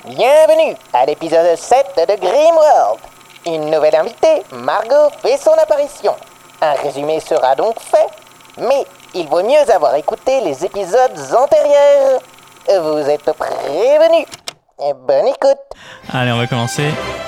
Bienvenue à l'épisode 7 de Grimworld. Une nouvelle invitée, Margot, fait son apparition. Un résumé sera donc fait, mais il vaut mieux avoir écouté les épisodes antérieurs. Vous êtes prévenus. Bonne écoute. Allez, on va commencer.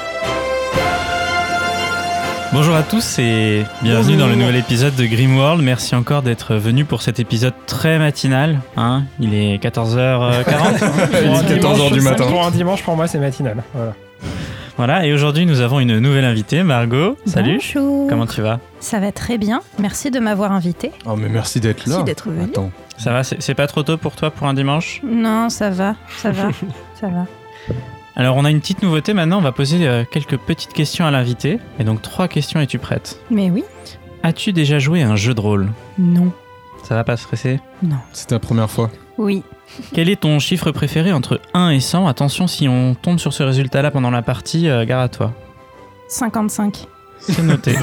Bonjour à tous et bienvenue dans le nouvel épisode de Grimworld. Merci encore d'être venus pour cet épisode très matinal. Il est 14h40. 14h du matin. Pour un dimanche, pour moi, c'est matinal. Voilà, et aujourd'hui, nous avons une nouvelle invitée, Margot. Salut. Bonjour. Comment tu vas ? Ça va très bien. Merci de m'avoir invitée. Oh, mais merci d'être là. Merci d'être venu. Attends. Ça va ? C'est pas trop tôt pour toi pour un dimanche ? Non, ça va. Ça va. Alors, on a une petite nouveauté maintenant. On va poser quelques petites questions à l'invité. Et donc, 3 questions. Es-tu prête ? Mais oui. As-tu déjà joué à un jeu de rôle ? Non. Ça va pas stresser ? Non. C'est ta première fois ? Oui. Quel est ton chiffre préféré entre 1 et 100 ? Attention, si on tombe sur ce résultat-là pendant la partie, gare à toi. 55. C'est noté.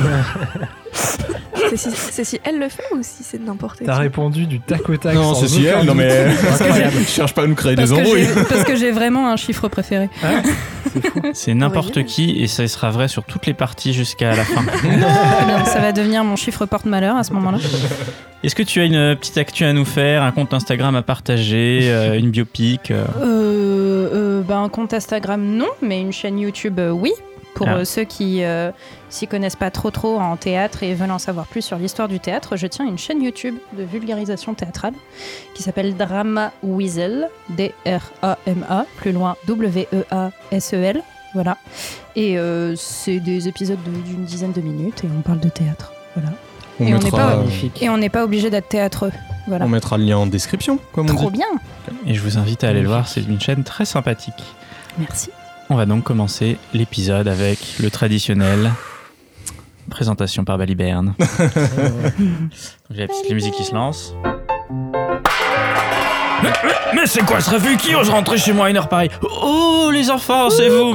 C'est si elle le fait ou si c'est n'importe qui ? T'as répondu du tac au tac. Non, sans c'est si aucun elle, non doute. mais. Incroyable. Je cherche pas à nous créer Parce des que embrouilles. parce que j'ai vraiment un chiffre préféré. C'est n'importe Oui. qui et ça sera vrai sur toutes les parties jusqu'à la fin. Très bien, ça va devenir mon chiffre porte-malheur à ce moment-là. Est-ce que tu as une petite actu à nous faire, un compte Instagram à partager, une biopic Un compte Instagram, non, mais une chaîne YouTube, oui. Pour ceux qui s'y connaissent pas trop en théâtre et veulent en savoir plus sur l'histoire du théâtre, je tiens une chaîne YouTube de vulgarisation théâtrale qui s'appelle Drama Weasel, D-R-A-M-A, plus loin W-E-A-S-E-L. Voilà. Et c'est des épisodes d'une dizaine de minutes et on parle de théâtre. Voilà. Et on n'est pas obligé d'être théâtreux. Voilà. On mettra le lien en description, comme on dit. Trop bien. Et je vous invite à aller le voir, c'est une chaîne très sympathique. Merci. On va donc commencer l'épisode avec le traditionnel présentation par Baliberne. J'ai la petite musique qui se lance. Mais c'est quoi ce refus ? Qui ose rentrer chez moi à une heure pareille ? Oh les enfants, c'est vous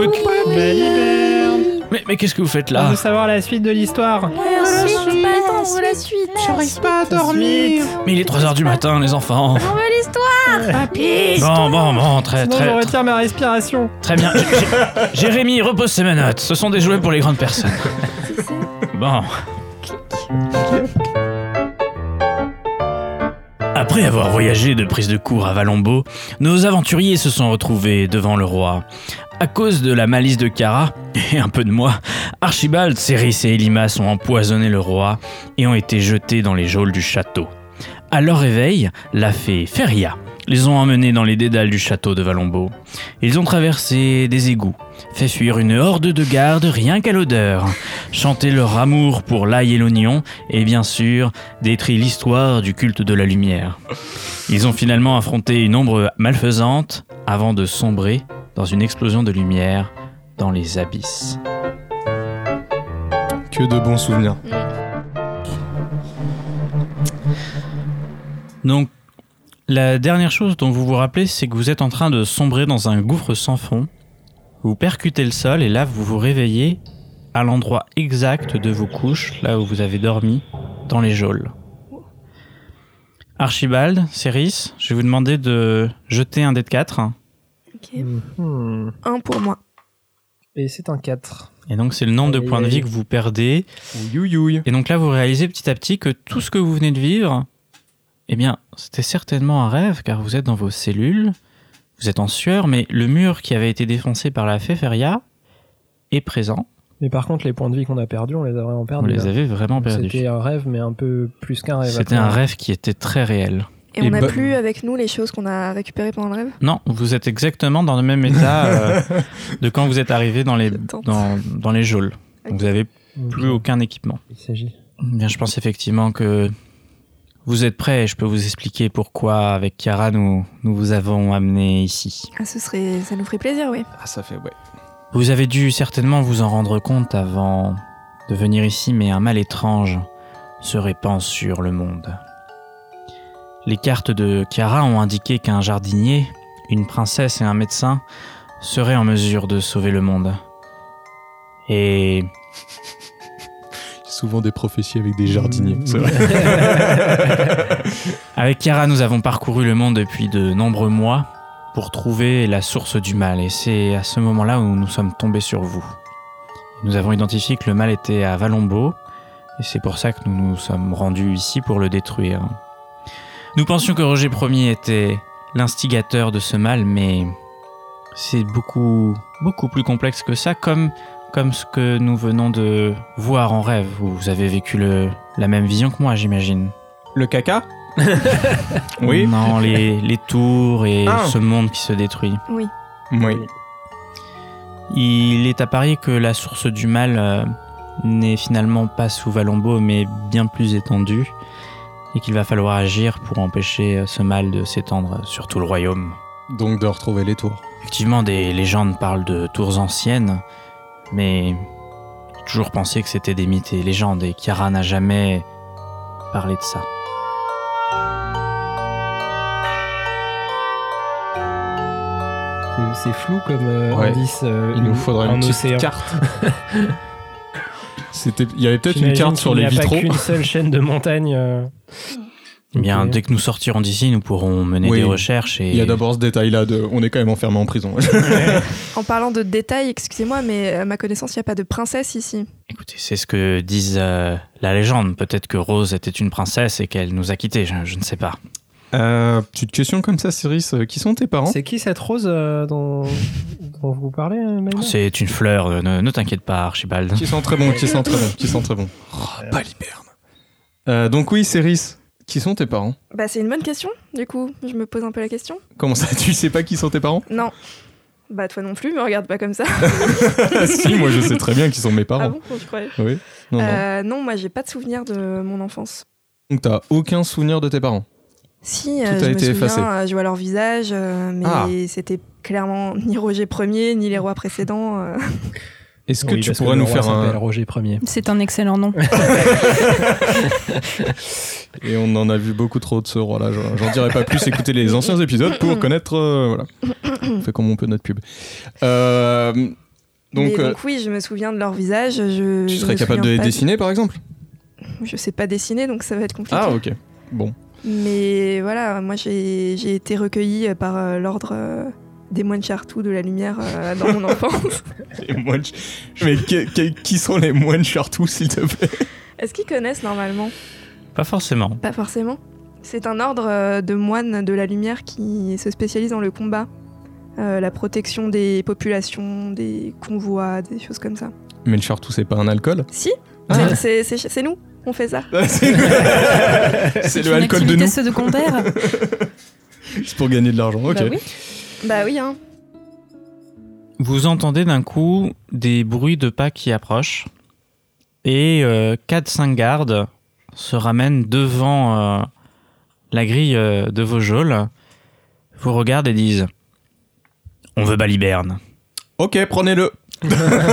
mais qu'est-ce que vous faites On là veut savoir la suite de l'histoire. La suite. J'arrive pas à dormir. Mais il est 3h du matin les enfants. On veut l'histoire. Papy. Bon, très Sinon, je retire ma respiration. très bien. Jérémy, repose ses menottes. Ce sont des jouets pour les grandes personnes. Bon. Après avoir voyagé de prise de cour à Valombo, nos aventuriers se sont retrouvés devant le roi. À cause de la malice de Kara, et un peu de moi, Archibald, Céris et Elimas ont empoisonné le roi et ont été jetés dans les geôles du château. À leur réveil, la fée Feria les ont emmenés dans les dédales du château de Valombo. Ils ont traversé des égouts, fait fuir une horde de gardes rien qu'à l'odeur, chanté leur amour pour l'ail et l'oignon et bien sûr détruit l'histoire du culte de la lumière. Ils ont finalement affronté une ombre malfaisante avant de sombrer dans une explosion de lumière dans les abysses. Que de bons souvenirs. Donc, la dernière chose dont vous vous rappelez, c'est que vous êtes en train de sombrer dans un gouffre sans fond. Vous percutez le sol et là, vous vous réveillez à l'endroit exact de vos couches, là où vous avez dormi, dans les geôles. Archibald, Céris, je vais vous demander de jeter un dé de 4. Ok. Un pour moi. Et c'est un 4. Et donc, c'est le nombre de points de vie que vous perdez. Ouïouïouï. Et donc là, vous réalisez petit à petit que tout ce que vous venez de vivre, eh bien, c'était certainement un rêve, car vous êtes dans vos cellules, vous êtes en sueur, mais le mur qui avait été défoncé par la fée Feria est présent. Mais par contre, les points de vie qu'on a perdus, on les a vraiment Vous perdus. les avez vraiment perdus. C'était un rêve, mais un peu plus qu'un rêve. C'était un rêve qui était très réel. Et on n'a plus avec nous les choses qu'on a récupérées pendant le rêve ? Non, vous êtes exactement dans le même état de quand vous êtes arrivé dans les geôles. Donc, vous n'avez plus aucun équipement. Il s'agit. Bien, je pense effectivement que vous êtes prêts et je peux vous expliquer pourquoi, avec Kara, nous vous avons amené ici. Ah, ça nous ferait plaisir, oui. Ah, ça fait, ouais. Vous avez dû certainement vous en rendre compte avant de venir ici, mais un mal étrange se répand sur le monde. Les cartes de Kara ont indiqué qu'un jardinier, une princesse et un médecin seraient en mesure de sauver le monde. Et souvent des prophéties avec des jardiniers, c'est vrai. Avec Kara, nous avons parcouru le monde depuis de nombreux mois pour trouver la source du mal, et c'est à ce moment-là où nous sommes tombés sur vous. Nous avons identifié que le mal était à Valombo, et c'est pour ça que nous nous sommes rendus ici pour le détruire. Nous pensions que Roger Ier était l'instigateur de ce mal, mais c'est beaucoup plus complexe que ça, comme ce que nous venons de voir en rêve. Vous avez vécu la même vision que moi, j'imagine. Le caca? Oui. Non, les tours et ce monde qui se détruit. Oui. Oui. Il est à parier que la source du mal n'est finalement pas sous Valombo, mais bien plus étendue, et qu'il va falloir agir pour empêcher ce mal de s'étendre sur tout le royaume. Donc de retrouver les tours. Effectivement, des légendes parlent de tours anciennes, mais j'ai toujours pensé que c'était des mythes et légendes, et Chiara n'a jamais parlé de ça. C'est flou comme Ouais. indice. Il nous faudrait une petite océan. carte. Il y avait peut-être une carte sur les vitraux. Il n'y a pas qu'une seule chaîne de montagnes. Eh bien, Ok. dès que nous sortirons d'ici, nous pourrons mener Oui. des recherches et... Il y a d'abord ce détail-là on est quand même enfermé en prison. En parlant de détails, excusez-moi, mais à ma connaissance, il n'y a pas de princesse ici. Écoutez, c'est ce que disent la légende. Peut-être que Rose était une princesse et qu'elle nous a quittés, je ne sais pas. Petite question comme ça, Cyrus. Qui sont tes parents? C'est qui cette rose dont vous parlez, Maïla? C'est une fleur, ne t'inquiète pas, Archibald. Qui sont très bons, qui sont très bons. Oh, Baliberne. Donc oui, Cyrus, qui sont tes parents? Bah, c'est une bonne question, du coup. Je me pose un peu la question. Comment ça, tu sais pas qui sont tes parents? Non. Bah, toi non plus, me regarde pas comme ça. Si, moi je sais très bien qui sont mes parents. Ah bon, comment tu croyais? Oui. Non. Non, moi, j'ai pas de souvenir de mon enfance. Donc t'as aucun souvenir de tes parents? Si, Tout a je me été effacé. souviens, je vois leur visage, mais c'était clairement ni Roger Ier, ni les rois précédents. Est-ce que Oui, tu parce pourrais le nous roi faire s'appelle un... Roger Ier. C'est un excellent nom. Et on en a vu beaucoup trop de ce roi-là. J'en dirai pas plus. Écoutez les anciens épisodes pour connaître... voilà. On fait comme on peut notre pub. Donc, Oui, je me souviens de leur visage. tu serais capable de les dessiner, par exemple? Je sais pas dessiner, donc ça va être compliqué. Ah, ok. Bon. Mais voilà, moi j'ai été recueillie par l'ordre des moines Chartou de la lumière dans mon enfance. Les moines... Mais qui sont les moines Chartou, s'il te plaît? Est-ce qu'ils connaissent normalement? Pas forcément. Pas forcément. C'est un ordre de moines de la lumière qui se spécialise dans le combat, la protection des populations, des convois, des choses comme ça. Mais le Chartou, c'est pas un alcool? Si, c'est nous, on fait ça. C'est le une alcool de activité nous. secondaire. C'est pour gagner de l'argent, ok. Bah oui, hein. Vous entendez d'un coup des bruits de pas qui approchent et 4-5 gardes se ramènent devant la grille de vos geôles, vous regardent et disent « On veut Baliberne ». Ok, prenez-le. Non,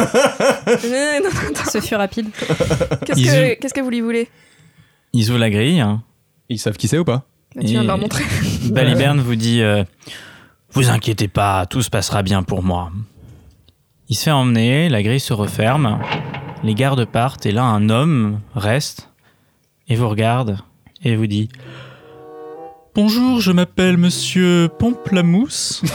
attends. Ce fut rapide. Qu'est-ce que vous lui voulez? Ils ouvrent la grille. Ils savent qui c'est ou pas? Bah, tu viens de leur montrer. Baliberne vous dit vous inquiétez pas, tout se passera bien pour moi. Il se fait emmener, la grille se referme, les gardes partent et là un homme reste et vous regarde et vous dit bonjour, je m'appelle monsieur Pamplamousse.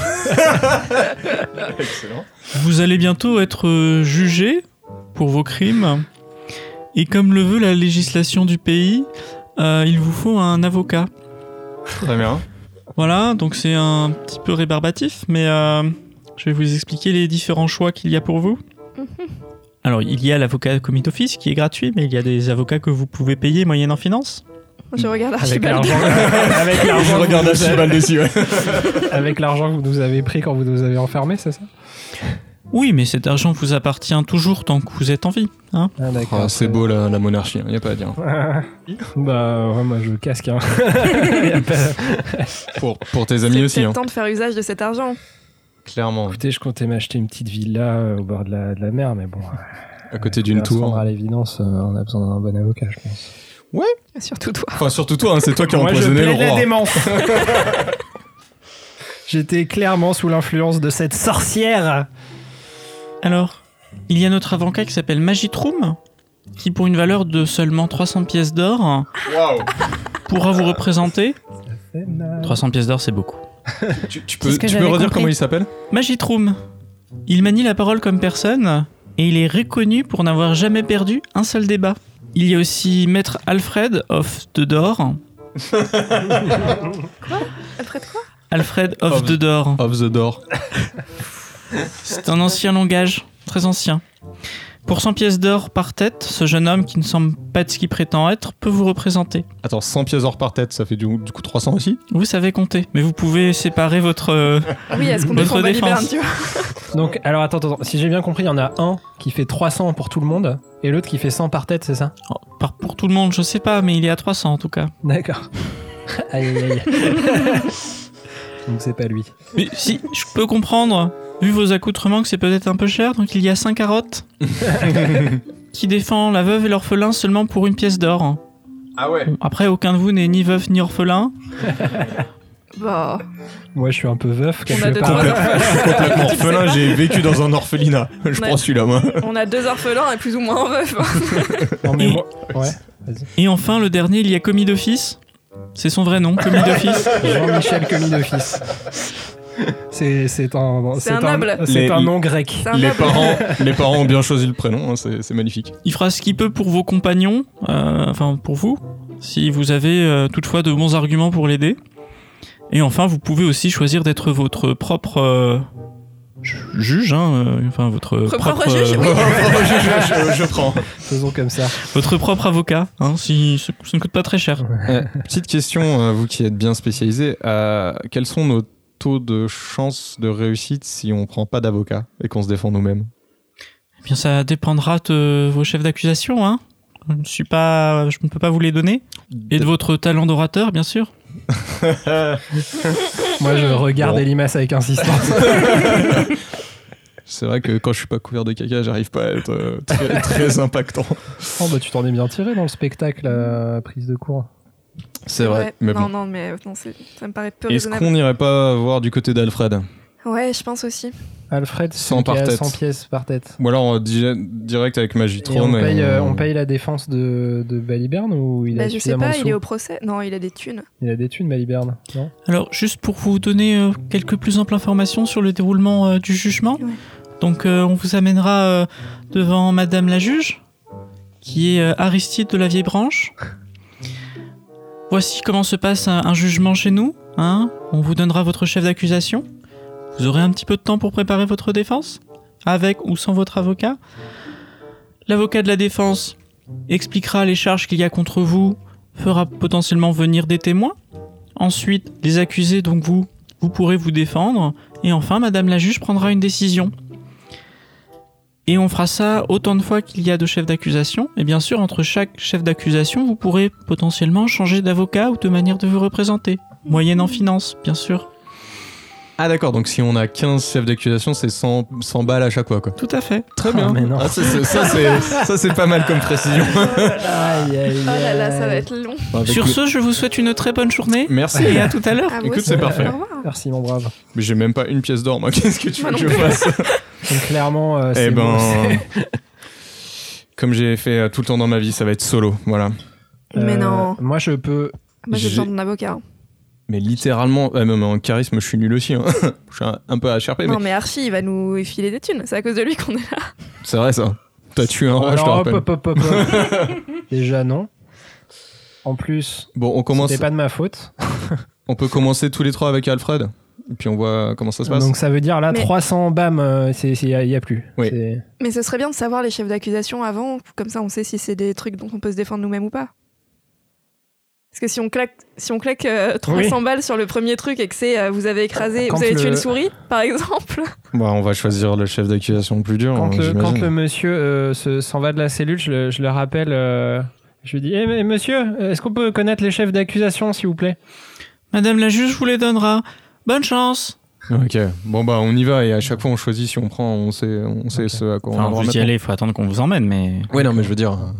Excellent. Vous allez bientôt être jugé pour vos crimes et comme le veut la législation du pays, il vous faut un avocat. Très bien. Voilà, donc c'est un petit peu rébarbatif, mais je vais vous expliquer les différents choix qu'il y a pour vous. Alors, il y a l'avocat commis d'office qui est gratuit, mais il y a des avocats que vous pouvez payer moyennant finance. Je regarde Avec Archibald. l'argent Je regarde Archibald dessus, ouais. avec l'argent que vous nous avez pris quand vous nous avez enfermés, c'est ça? Oui, mais cet argent vous appartient toujours tant que vous êtes en vie. Hein. Ah, d'accord. Ah, c'est beau la monarchie, y a pas à dire. Bah, ouais, moi je casque. Hein. Y a pas- Pour tes amis C'est aussi, peut-être hein. temps de faire usage de cet argent. Clairement. Écoutez, je comptais m'acheter une petite villa au bord de la mer, mais bon. À côté d'une tour. À l'évidence, on a besoin d'un bon avocat, je pense. Surtout toi. Enfin, surtout toi, hein, c'est toi qui as Moi, je empoisonné le plaide la roi. démence. J'étais clairement sous l'influence de cette sorcière. Alors, il y a notre avocat qui s'appelle Magitroum, qui pour une valeur de seulement 300 pièces d'or Waouh. pourra vous représenter. 300 pièces d'or, c'est beaucoup. Tu C'est ce que peux j'avais redire compris. comment il s'appelle? Magitroum. Il manie la parole comme personne et il est reconnu pour n'avoir jamais perdu un seul débat. Il y a aussi Maître Alfred of the Door. Après de quoi? Alfred of the Door. Of the Door. C'est un ancien langage, très ancien. Pour 100 pièces d'or par tête, ce jeune homme qui ne semble pas de ce qu'il prétend être peut vous représenter. Attends, 100 pièces d'or par tête, ça fait du coup 300 aussi? Vous savez compter, mais vous pouvez séparer votre... Oui, est-ce qu'on Votre défend Baliberne, défense. tu vois? Donc, alors attends, si j'ai bien compris, il y en a un qui fait 300 pour tout le monde et l'autre qui fait 100 par tête, c'est ça? Pour tout le monde, je sais pas, mais il est à 300 en tout cas. D'accord. Aïe aïe aïe. Donc c'est pas lui. Mais si, je peux comprendre, vu vos accoutrements, que c'est peut-être un peu cher, donc il y a 5 carottes qui défend la veuve et l'orphelin seulement pour 1 pièce d'or. Ah ouais. Bon, après, aucun de vous n'est ni veuf ni orphelin. Bah, Moi je suis un peu veuf On a quelque deux, part. trois Complètement orphelin, j'ai vécu dans un orphelinat. Je Ouais. prends celui-là, moi. on a 2 orphelins et plus ou moins un veuf. Non mais Et- moi... Ouais, vas-y. Et enfin, le dernier, il y a commis d'office. C'est son vrai nom, commis d'office. Jean-Michel commis d'office. C'est un noble. C'est un nom grec. C'est un Les noble. parents ont bien choisi le prénom, hein, c'est magnifique. Il fera ce qu'il peut pour vos compagnons, enfin pour vous, si vous avez toutefois de bons arguments pour l'aider. Et enfin, vous pouvez aussi choisir d'être votre propre juge, enfin votre Propre juge, oui. je prends. Faisons comme ça. votre propre avocat, si ça ne coûte pas très cher. Petite question, vous qui êtes bien spécialisé, quels sont nos taux de chance de réussite si on prend pas d'avocat et qu'on se défend nous-mêmes? Eh bien, ça dépendra de vos chefs d'accusation, hein. Je ne peux pas vous les donner. Et de votre talent d'orateur, bien sûr. Moi je regarde Bon. Elimas avec insistance. C'est vrai que quand je suis pas couvert de caca, j'arrive pas à être très, très impactant. Oh bah tu t'en es bien tiré dans le spectacle, la prise de cours. C'est vrai, Ouais. mais non, bon. non, mais non, ça me paraît peu Est-ce raisonnable. qu'on n'irait pas voir du côté d'Alfred? Ouais, je pense aussi. Alfred, 100 par qui a tête. 100 pièces par tête. Ou alors direct avec Et Magitrome. on paye la défense de Baliberne ou il a Bah, je sais suffisamment pas, de il sous est au procès. Non, il a des thunes. Il a des thunes Baliberne, non? Alors, juste pour vous donner quelques plus amples informations sur le déroulement du jugement. Ouais. Donc, on vous amènera devant Madame la juge, qui est Aristide de la Vieille Branche. Voici comment se passe un jugement chez nous. On vous donnera votre chef d'accusation. Vous aurez un petit peu de temps pour préparer votre défense, avec ou sans votre avocat. L'avocat de la défense expliquera les charges qu'il y a contre vous, fera potentiellement venir des témoins. Ensuite, les accusés, donc vous pourrez vous défendre. Et enfin, Madame la juge prendra une décision. Et on fera ça autant de fois qu'il y a de chefs d'accusation. Et bien sûr, entre chaque chef d'accusation, vous pourrez potentiellement changer d'avocat ou de manière de vous représenter. Moyenne en finance, bien sûr. Ah d'accord, donc si on a 15 chefs d'accusation, c'est 100 balles à chaque fois, quoi. Tout à fait. Très Ah, bien. mais non. Ça, c'est pas mal comme précision. Aïe aïe Oh là là, ça va être long. Avec Sur le- ce, je vous souhaite une très bonne journée. Merci. Et à tout à l'heure. Ah, vous Écoute, aussi, c'est parfait. Au revoir. Merci mon brave. Mais j'ai même pas une pièce d'or, moi. Qu'est-ce que tu veux Moi que non je plus. fasse? Donc clairement, Eh c'est ben, c'est- comme j'ai fait tout le temps dans ma vie, ça va être solo, voilà. Mais non. Moi je peux. Moi, j'ai j'ai- besoin d'un avocat. Mais littéralement, même en charisme, je suis nul aussi. Hein. Je suis un peu HRP, mais Non, mais Archie, il va nous filer des thunes. C'est à cause de lui qu'on est là. c'est vrai ça. T'as tué un roi, je te Alors rappelle. hop. Déjà non. En plus, Bon, on commence. c'était pas de ma faute. On peut commencer tous les trois avec Alfred, et puis on voit comment ça se passe. Donc ça veut dire là Mais- 300 bam, il y a plus. Oui. C'est- Mais ce serait bien de savoir les chefs d'accusation avant. Comme ça, on sait si c'est des trucs dont on peut se défendre nous-mêmes ou pas. Parce que si on claque 300 balles sur le premier truc et que c'est vous avez écrasé, Quand vous avez tué le- le souris, par exemple. Bah, on va choisir le chef d'accusation le plus dur. Quand, hein, le, j'imagine. quand le monsieur s'en va de la cellule, je le rappelle. Je lui dis, mais monsieur, est-ce qu'on peut connaître les chefs d'accusation, s'il vous plaît? Madame la juge vous les donnera. Bonne chance. Ok, bon bah on y va et à chaque fois on choisit si on prend, on sait ce à quoi on a Enfin, le droit vous y maintenant. allez, il faut attendre qu'on vous emmène, mais... Ouais, non, mais je veux dire,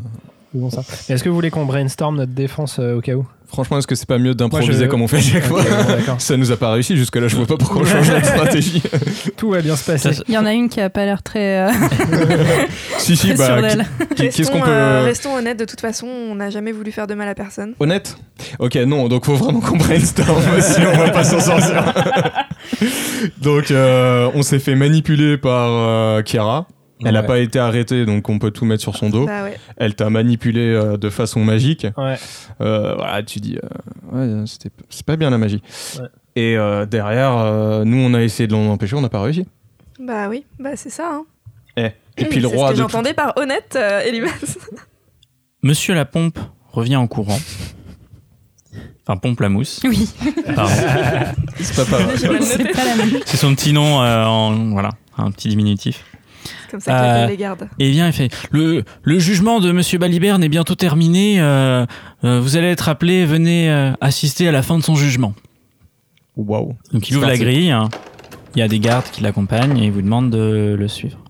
C'est bon ça. Mais est-ce que vous voulez qu'on brainstorm notre défense au cas où? Franchement, est-ce que c'est pas mieux d'improviser comme on fait à chaque fois? Ça nous a pas réussi jusque-là, je vois pas pourquoi on change notre stratégie. Tout va bien se passer. Il y en a une qui a pas l'air très. Si, très bah, sûre d'elle. Qu'est-ce qu'on peut. Restons honnêtes, de toute façon, on n'a jamais voulu faire de mal à personne. Honnête? Ok, non, donc faut vraiment qu'on brainstorm, sinon on va pas s'en sortir. Donc, on s'est fait manipuler par Chiara. Elle n'a pas été arrêtée, donc on peut tout mettre sur son dos. Bah ouais. Elle t'a manipulé de façon magique. Ouais. Voilà, tu dis, c'est pas bien la magie. Ouais. Et derrière, nous, on a essayé de l'en empêcher, on n'a pas réussi. Bah oui, bah c'est ça. Hein. Et puis le c'est roi ce que de j'entendais par honnête, Elimas. Monsieur la pompe revient en courant. Enfin, pompe la mousse. Oui. Pardon. C'est pas J'ai mal C'est noté. pas la même. C'est son petit nom voilà, un petit diminutif. C'est comme ça que j'appelle les gardes. Et bien, il fait le jugement de Monsieur Baliberne est bientôt terminé. Vous allez être appelé. Venez assister à la fin de son jugement. Waouh. Donc, il ouvre la grille. Hein. Il y a des gardes qui l'accompagnent et il vous demande de le suivre.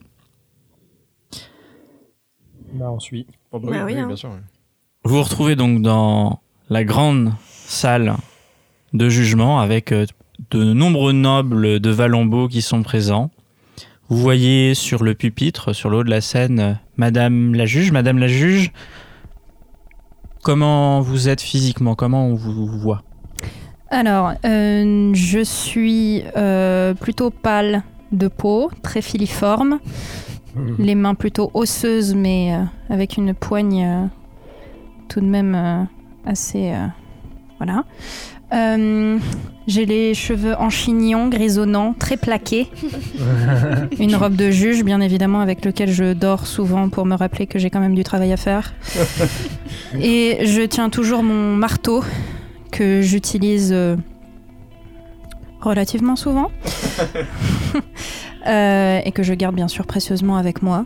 Bah, on suit. Oh, Bah oui, hein. bien sûr. Vous vous retrouvez donc dans la grande salle de jugement avec de nombreux nobles de Valambo qui sont présents. Vous voyez sur le pupitre, sur le haut de la scène, Madame la juge. Madame la juge, comment vous êtes physiquement? Comment on vous voit? Alors, je suis plutôt pâle de peau, très filiforme, les mains plutôt osseuses, mais avec une poigne tout de même assez... voilà. J'ai les cheveux en chignon, grisonnants, très plaqués. Une robe de juge, bien évidemment, avec lequel je dors souvent pour me rappeler que j'ai quand même du travail à faire. Et je tiens toujours mon marteau que j'utilise relativement souvent et que je garde bien sûr précieusement avec moi.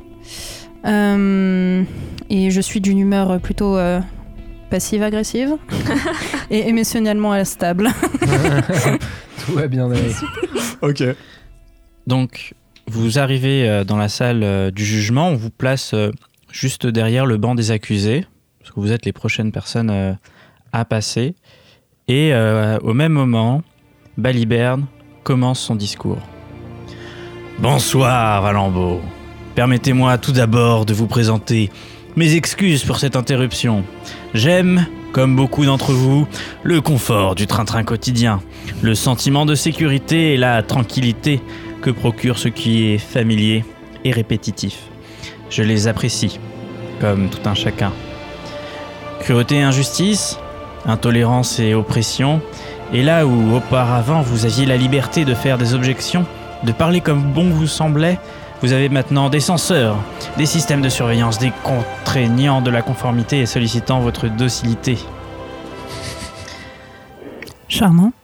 Et je suis d'une humeur plutôt passive-agressive et émotionnellement stable. Tout va bien aller. Ok. Donc, vous arrivez dans la salle du jugement. On vous place juste derrière le banc des accusés, parce que vous êtes les prochaines personnes à passer. Et au même moment, Baliberne commence son discours. Bonsoir, Valambo. Permettez-moi tout d'abord de vous présenter mes excuses pour cette interruption. J'aime, comme beaucoup d'entre vous, le confort du train-train quotidien, le sentiment de sécurité et la tranquillité que procure ce qui est familier et répétitif. Je les apprécie, comme tout un chacun. Cruauté et injustice, intolérance et oppression, et là où auparavant vous aviez la liberté de faire des objections, de parler comme bon vous semblait, vous avez maintenant des censeurs, des systèmes de surveillance, des contraignants de la conformité et sollicitant votre docilité. Charmant.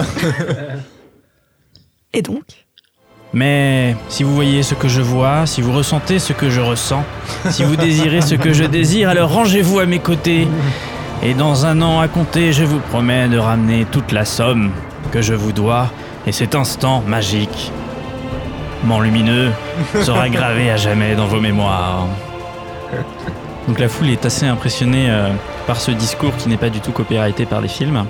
Et donc? Mais si vous voyez ce que je vois, si vous ressentez ce que je ressens, si vous désirez ce que je désire, alors rangez-vous à mes côtés. Et dans 1 an à compter, je vous promets de ramener toute la somme que je vous dois. Et cet instant magique, lumineux, sera gravé à jamais dans vos mémoires. Donc la foule est assez impressionnée par ce discours qui n'est pas du tout copyrighté par des films.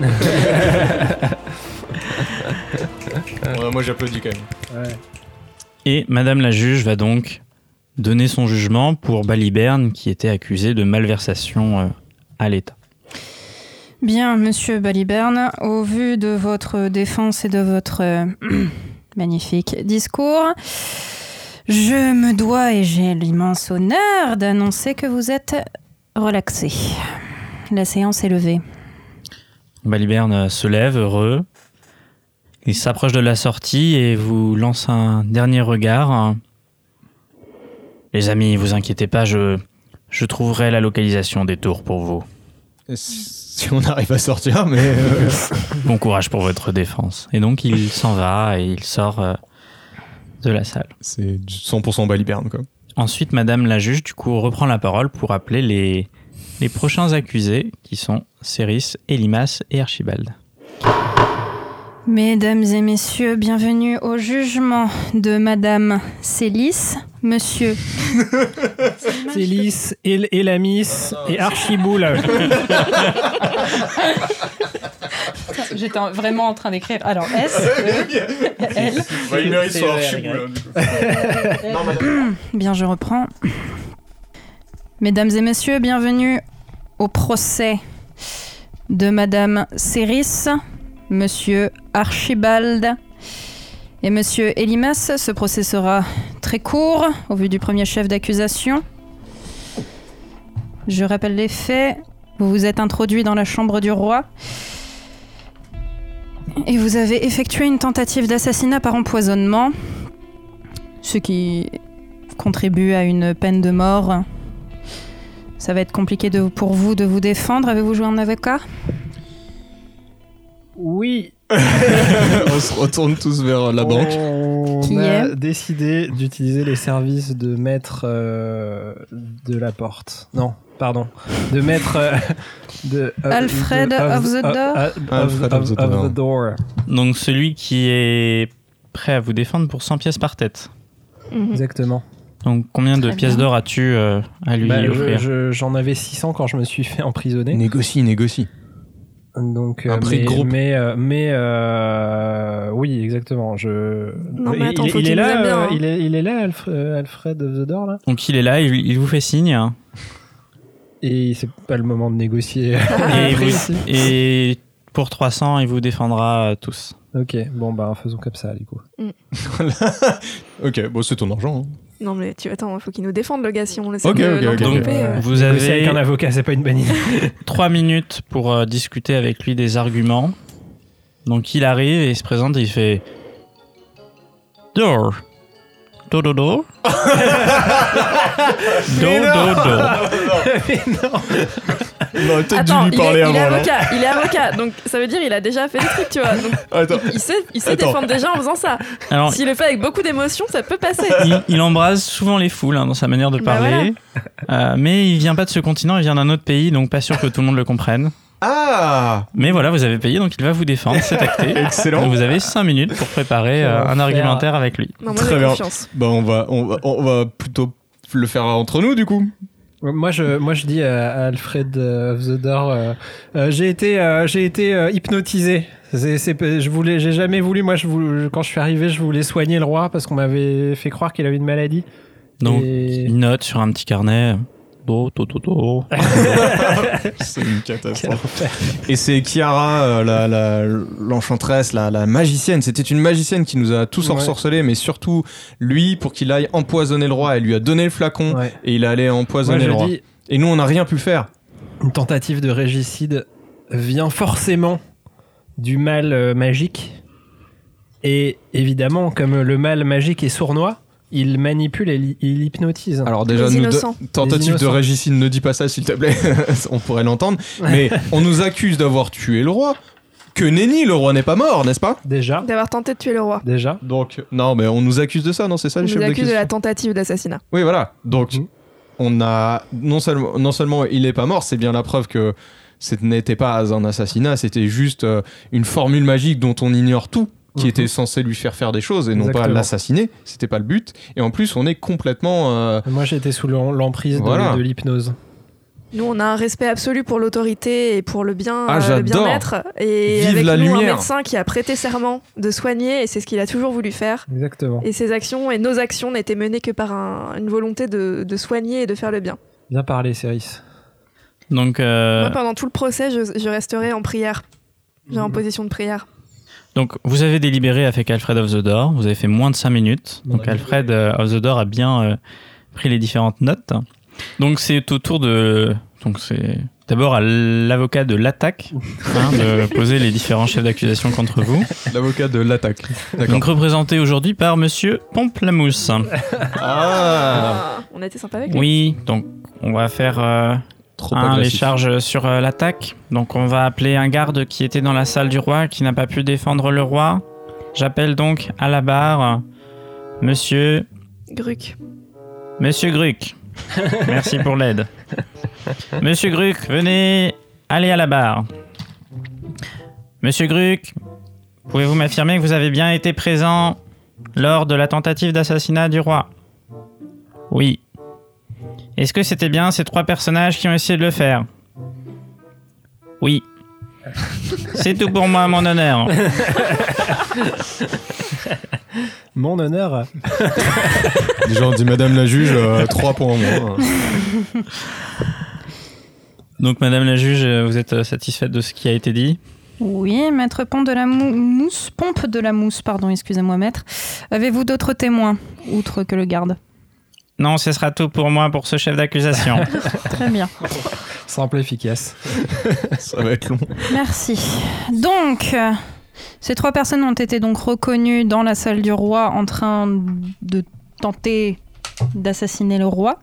Moi j'applaudis quand même. Ouais. Et Madame la juge va donc donner son jugement pour Baliberne qui était accusé de malversation à l'État. Bien, monsieur Baliberne, au vu de votre défense et de votre magnifique discours, je me dois et j'ai l'immense honneur d'annoncer que vous êtes relaxé. La séance est levée. Baliberne se lève, heureux. Il s'approche de la sortie et vous lance un dernier regard. Les amis, vous inquiétez pas, je trouverai la localisation des tours pour vous. Si on arrive à sortir, mais... Bon courage pour votre défense. Et donc il s'en va et il sort de la salle. C'est du 100% Baliberne, quoi. Ensuite, Madame la juge, du coup, reprend la parole pour appeler les prochains accusés, qui sont Céris, Elimas et Archibald. Mesdames et messieurs, bienvenue au jugement de Madame Célis, monsieur. Célis, Elamis et Archiboule. J'étais vraiment en train d'écrire. Alors, S, E, L. Il mérite son Archiboule. Bien, je reprends. Mesdames et messieurs, bienvenue au procès de Madame Céris, Monsieur Archibald et Monsieur Elimas. Ce procès sera très court au vu du premier chef d'accusation. Je rappelle les faits. Vous vous êtes introduit dans la chambre du roi et vous avez effectué une tentative d'assassinat par empoisonnement, ce qui contribue à une peine de mort. Ça va être compliqué pour vous de vous défendre. Avez-vous joué un avocat ? Oui. On se retourne tous vers la banque. On Qui a est décidé d'utiliser les services de maître de la porte. Non, pardon. De maître Alfred of the Door. Alfred of the Door. Donc celui qui est prêt à vous défendre pour 100 pièces par tête. Exactement. Donc combien de Très pièces bien. d'or as-tu à lui offrir? J'en avais 600 quand je me suis fait emprisonner. Négocie. Donc, Un prix de groupe. Oui, exactement. Non, mais attends, faut il qu'il est nous aime là, bien, hein. il est là, Alfred of the Door, là. Donc il est là, il vous fait signe. Et c'est pas le moment de négocier. et, Après, vous- ici. et pour 300, il vous défendra tous. Ok, bon bah faisons comme ça du coup. Ok, bon, c'est ton argent. Hein. Non, mais tu attends, faut qu'il nous défende, le gars, si on laisse Ok. Donc vous Négocier avec avez un avocat, c'est pas une bonne idée. 3 minutes pour discuter avec lui des arguments. Donc il arrive et il se présente et il fait Door. Do. Do. Mais non. On aurait peut-être Attends, dû lui parler avant. là. il est avocat, donc ça veut dire il a déjà fait des trucs, tu vois. Donc, Attends. il sait Attends. défendre déjà en faisant ça. Alors S'il le fait avec beaucoup d'émotion, ça peut passer. il embrase souvent les foules dans sa manière de Bah parler. Mais il vient pas de ce continent, il vient d'un autre pays, donc pas sûr que tout le monde le comprenne. Ah, Mais voilà, vous avez payé, donc il va vous défendre, c'est acté. excellent. Donc vous avez 5 minutes pour préparer un argumentaire avec lui. Non, moi Très j'ai bien. confiance. Bah, on va plutôt le faire entre nous, du coup. Moi je dis à Alfred of the Door, j'ai été hypnotisé. J'ai jamais voulu, quand je suis arrivé, je voulais soigner le roi parce qu'on m'avait fait croire qu'il avait une maladie. Donc Et- il note sur un petit carnet. Do. C'est une catastrophe. Et c'est Chiara, l'enchanteresse, la magicienne. C'était une magicienne qui nous a tous Ouais. ensorcelés, mais surtout lui, pour qu'il aille empoisonner le roi. Elle lui a donné le flacon Ouais. et il allait Moi empoisonner je le roi. dis, Et nous, on n'a rien pu faire. une tentative de régicide vient forcément du mal magique. Et évidemment, comme le mal magique est sournois, il manipule et il hypnotise. Alors déjà, Les nous innocents. tentative Les de innocents. régicide, ne dis pas ça s'il te plaît, on pourrait l'entendre. Mais on nous accuse d'avoir tué le roi. Que nenni, le roi n'est pas mort, n'est-ce pas? Déjà. D'avoir tenté de tuer le roi. Donc, non, mais on nous accuse de ça, non? C'est ça On les nous chefs accuse de d'accusation? la tentative d'assassinat. Oui, voilà. Donc, Mhm. on a non seulement il n'est pas mort, c'est bien la preuve que ce n'était pas un assassinat, c'était juste une formule magique dont on ignore tout, qui Mhm. était censé lui faire des choses et non pas Exactement. l'assassiner. C'était pas le but. Et en plus, on est complètement. Moi j'étais sous l'emprise Voilà. de l'hypnose. Nous, on a un respect absolu pour l'autorité et pour le bien, Ah, le j'adore. bien-être. Et Vive avec la nous, lumière. un médecin qui a prêté serment de soigner, et c'est ce qu'il a toujours voulu faire. Exactement. Et ses actions et nos actions n'étaient menées que par une volonté de soigner et de faire le bien. Bien parlé, Céris. Donc, Moi, pendant tout le procès, je resterai en prière. En Mhm. position de prière. donc, vous avez délibéré avec Alfred of the Door, vous avez fait moins de 5 minutes. Donc, Alfred of the Door a bien pris les différentes notes. Donc, c'est au tour de. Donc, c'est d'abord à l'avocat de l'attaque de poser les différents chefs d'accusation contre vous. L'avocat de l'attaque. D'accord. Donc, représenté aujourd'hui par monsieur Pamplemousse. On a été sympa avec lui. Oui, donc, on va faire. Trop les agressif. charges sur l'attaque. Donc on va appeler un garde qui était dans la salle du roi, qui n'a pas pu défendre le roi. J'appelle donc à la barre Monsieur Gruc. Gruc. Merci pour l'aide. Monsieur Gruc, venez, allez à la barre. Monsieur Gruc, pouvez-vous m'affirmer que vous avez bien été présent lors de la tentative d'assassinat du roi? Oui. Est-ce que c'était bien ces 3 personnages qui ont essayé de le faire? Oui. C'est tout pour moi, mon honneur. Mon honneur. Les gens disent Madame la juge, 3 points en moins. Donc, Madame la juge, vous êtes satisfaite de ce qui a été dit? Oui, maître Pompe de la mousse, pardon, excusez-moi, maître. Avez-vous d'autres témoins, outre que le garde? Non, ce sera tout pour moi pour ce chef d'accusation. Très bien. Simple, efficace. Ça va être long. Merci. Donc, ces 3 personnes ont été donc reconnues dans la salle du roi en train de tenter d'assassiner le roi.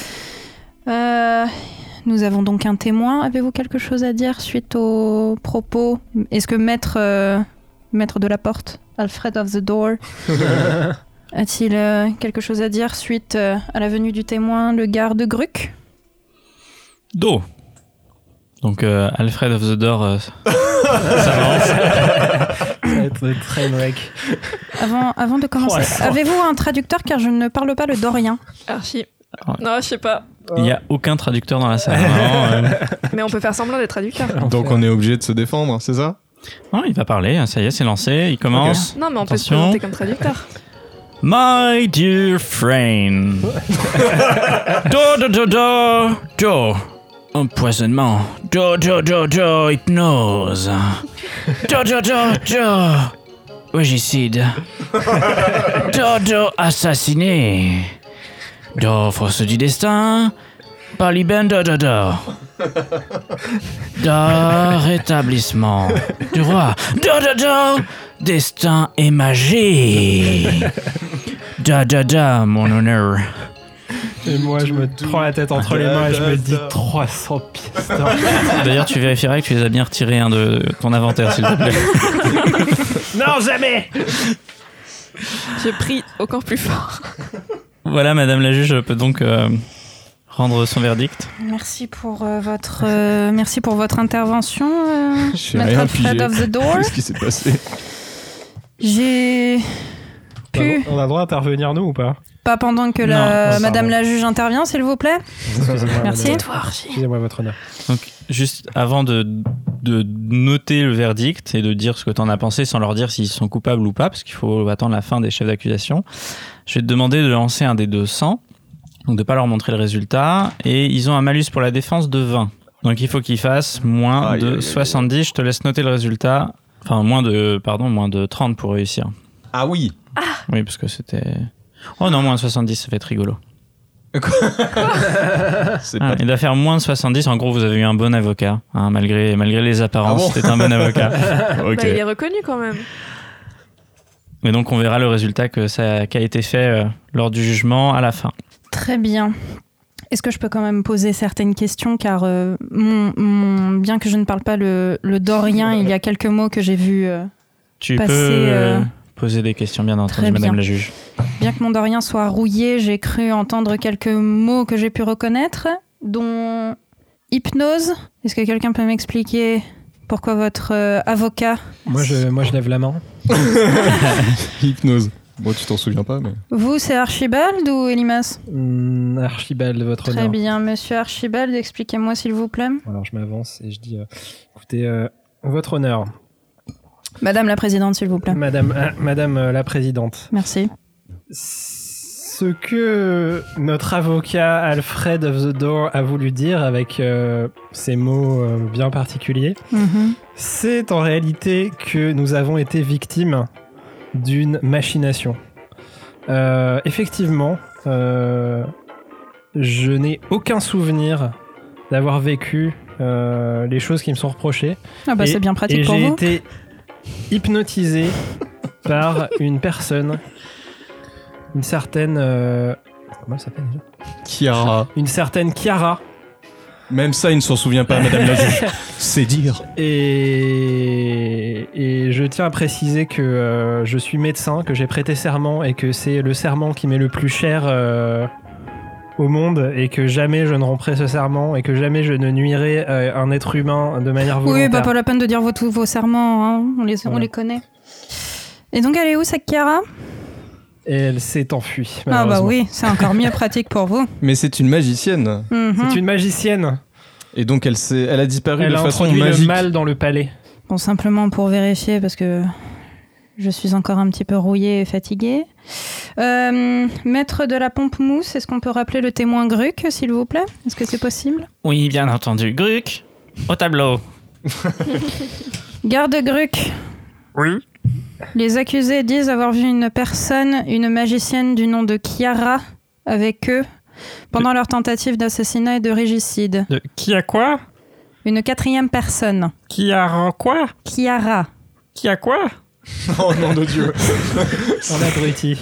Nous avons donc un témoin. Avez-vous quelque chose à dire suite aux propos? Est-ce que maître de la porte, Alfred of the Door, a-t-il quelque chose à dire suite à la venue du témoin, le garde Gruc? Do. Donc Alfred of the Door s'avance. Ça va être très wreck. Avant de commencer, avez-vous un traducteur car je ne parle pas le dorien? Archi. Non, je sais pas. Il n'y a aucun traducteur dans la salle. Vraiment, Mais on peut faire semblant d'être traducteur. Donc on est obligé de se défendre, c'est ça? Non, il va parler, ça y est, c'est lancé, il commence. Non, mais on peut se Attention. présenter comme traducteur. My dear friend. Do. Empoisonnement. Do. Hypnose. Do. Régicide. Do. Assassiné. Do. Force du destin. Baliben. Do. Rétablissement du roi. Do. Destin et magie. Mon honneur. Et moi, je me prends la tête entre les mains et je me dis 300 pièces d'or. D'ailleurs, tu vérifierais que tu les as bien retirés de ton inventaire, s'il te plaît. Non, jamais. Je prie encore plus fort. Voilà, Madame la juge peut donc rendre son verdict. Merci pour votre intervention, J'ai maître rien Alfred pigé. of the Door. Qu'est-ce qui s'est passé? J'ai pu... On a le droit d'intervenir, nous, ou pas? Pas pendant que Non, Madame pardon. la juge intervient, s'il vous plaît. Excusez-moi, Merci. madame. Excusez-moi, votre honneur. Donc, juste avant de noter le verdict et de dire ce que tu en as pensé sans leur dire s'ils sont coupables ou pas, parce qu'il faut attendre la fin des chefs d'accusation, je vais te demander de lancer un des 200, donc de ne pas leur montrer le résultat, et ils ont un malus pour la défense de 20. Donc il faut qu'ils fassent moins de 70. Je te laisse noter le résultat. Enfin, moins de 30 pour réussir. Ah oui. Oui, parce que c'était... Oh non, moins de 70, ça fait être rigolo. C'est Ah, pas... il doit faire moins de 70. En gros, vous avez eu un bon avocat, hein, malgré les apparences. Ah bon C'était un bon avocat. Ok. Bah, il est reconnu quand même. Mais donc, on verra le résultat qui a été fait lors du jugement à la fin. Très bien. Est-ce que je peux quand même poser certaines questions car bien que je ne parle pas le dorien, il y a quelques mots que j'ai vus Tu passer... peux poser des questions, bien entendu, Très Madame bien. la juge. Bien que mon dorien soit rouillé, j'ai cru entendre quelques mots que j'ai pu reconnaître, dont hypnose. Est-ce que quelqu'un peut m'expliquer pourquoi votre avocat... Moi, je lève la main. Hypnose. Bon, tu t'en souviens pas, mais... Vous, c'est Archibald ou Elimas? Archibald, votre Très honneur. bien, monsieur Archibald, expliquez-moi s'il vous plaît. Alors, je m'avance et je dis, écoutez, votre honneur, Madame la présidente, s'il vous plaît. madame la présidente, Merci. ce que notre avocat Alfred of the Door a voulu dire avec ces mots bien particuliers, Mhm. c'est en réalité que nous avons été victimes d'une machination. Effectivement, je n'ai aucun souvenir d'avoir vécu les choses qui me sont reprochées. Ah bah Et- c'est bien pratique et pour j'ai vous. été hypnotisé par une personne, une certaine... comment elle s'appelle déjà? Chiara. Une certaine Chiara. Même ça, il ne s'en souvient pas, Madame la juge. C'est dire. Et je tiens à préciser que je suis médecin, que j'ai prêté serment et que c'est le serment qui m'est le plus cher au monde et que jamais je ne romprai ce serment et que jamais je ne nuirai un être humain de manière volontaire. Oui, bah pas la peine de dire tous vos serments, hein. On les connaît. Et donc elle est où cette Chiara? Et elle s'est enfuie. Ah bah malheureusement. oui, c'est encore mieux pratique pour vous. Mais c'est une magicienne. C'est une magicienne. Et donc elle a disparu Elle de a façon introduit magique. le mal dans le palais. Bon, simplement pour vérifier, parce que je suis encore un petit peu rouillée et fatiguée. Maître de la pompe mousse, est-ce qu'on peut rappeler le témoin Gruc, s'il vous plaît? Est-ce que c'est possible? Oui, bien entendu. Gruc, au tableau. Garde Gruc. Oui. Les accusés disent avoir vu une personne, une magicienne du nom de Chiara, avec eux, pendant leur tentative d'assassinat et de régicide. Qui a quoi? Une 4e personne. Qui a quoi? Chiara. Qui a quoi? Oh nom de Dieu. On abruti.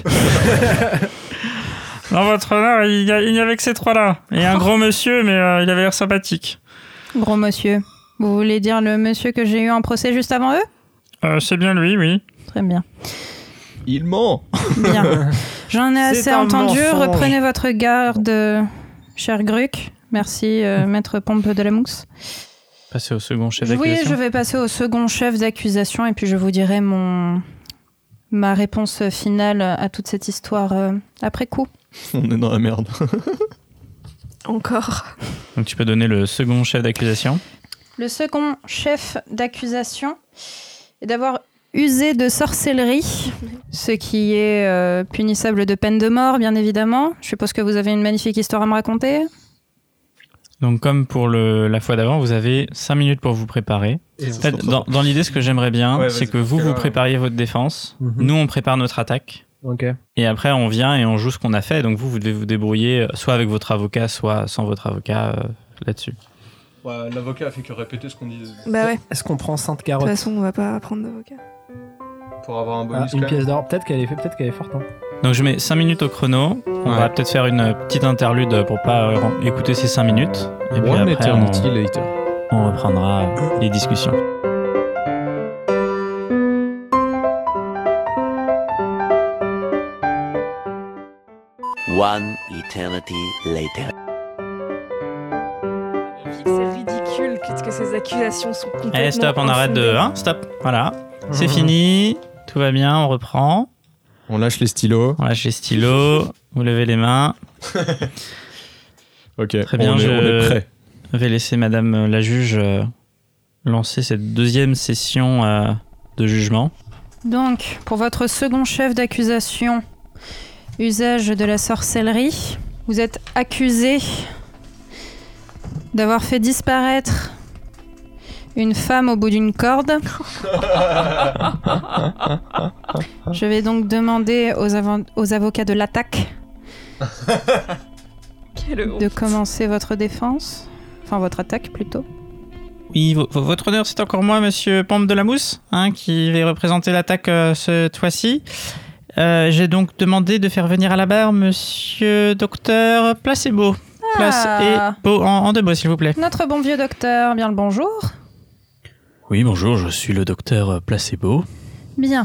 Dans votre honneur, il n'y avait que ces trois-là. Et un gros monsieur, mais il avait l'air sympathique. Gros monsieur. Vous voulez dire le monsieur que j'ai eu en procès juste avant eux? C'est bien lui, oui. Très bien. Il ment. Bien. J'en ai C'est assez un entendu. mensonge. Reprenez votre garde, cher Gruc. Merci, maître Pompe de la Mousse. Passer au second chef Oui, d'accusation. je vais passer au second chef d'accusation et puis je vous dirai ma réponse finale à toute cette histoire après coup. On est dans la merde. Encore. Donc tu peux donner le second chef d'accusation. Le second chef d'accusation est d'avoir usé de sorcellerie, ce qui est punissable de peine de mort, bien évidemment. Je suppose que vous avez une magnifique histoire à me raconter. Donc comme pour la fois d'avant, vous avez 5 minutes pour vous préparer. En fait, dans l'idée, ce que j'aimerais bien, Ouais, c'est vas-y, que vous fais-le. prépariez votre défense. Mhm. Nous, on prépare notre attaque. Ok. Et après, on vient et on joue ce qu'on a fait. Donc vous devez vous débrouiller soit avec votre avocat, soit sans votre avocat là-dessus. Ouais, l'avocat a fait que répéter ce qu'on disait. Bah ouais. De Est-ce qu'on prend Sainte toute Carotte? façon, on va pas prendre d'avocat. Pour avoir un bonus. Une quand même. pièce d'or. Peut-être qu'elle est forte. Hein. Donc je mets 5 minutes au chrono. On Ouais. va peut-être faire une petite interlude pour pas écouter ces 5 minutes. Et puis One après, eternity later. on reprendra les discussions. One eternity later. C'est ridicule que ces accusations sont complètement Allez, stop, on arrête de... infondées. Hein, stop, voilà. C'est fini, tout va bien, on reprend. On lâche les stylos. On lâche les stylos, vous levez les mains. Ok. Très bien, on est prêt. Je vais laisser madame la juge lancer cette deuxième session de jugement. Donc, pour votre second chef d'accusation, usage de la sorcellerie, vous êtes accusé d'avoir fait disparaître une femme au bout d'une corde. Je vais donc demander aux avocats de l'attaque Quelle honte. de commencer votre défense. Enfin, votre attaque plutôt. Oui, votre honneur, c'est encore moi, monsieur Pompe de la Mousse, qui vais représenter l'attaque cette fois-ci. J'ai donc demandé de faire venir à la barre monsieur docteur Placebo. Place et beau en 2 mots, s'il vous plaît. Notre bon vieux docteur, bien le bonjour. Oui, bonjour, je suis le docteur Placebo. Bien.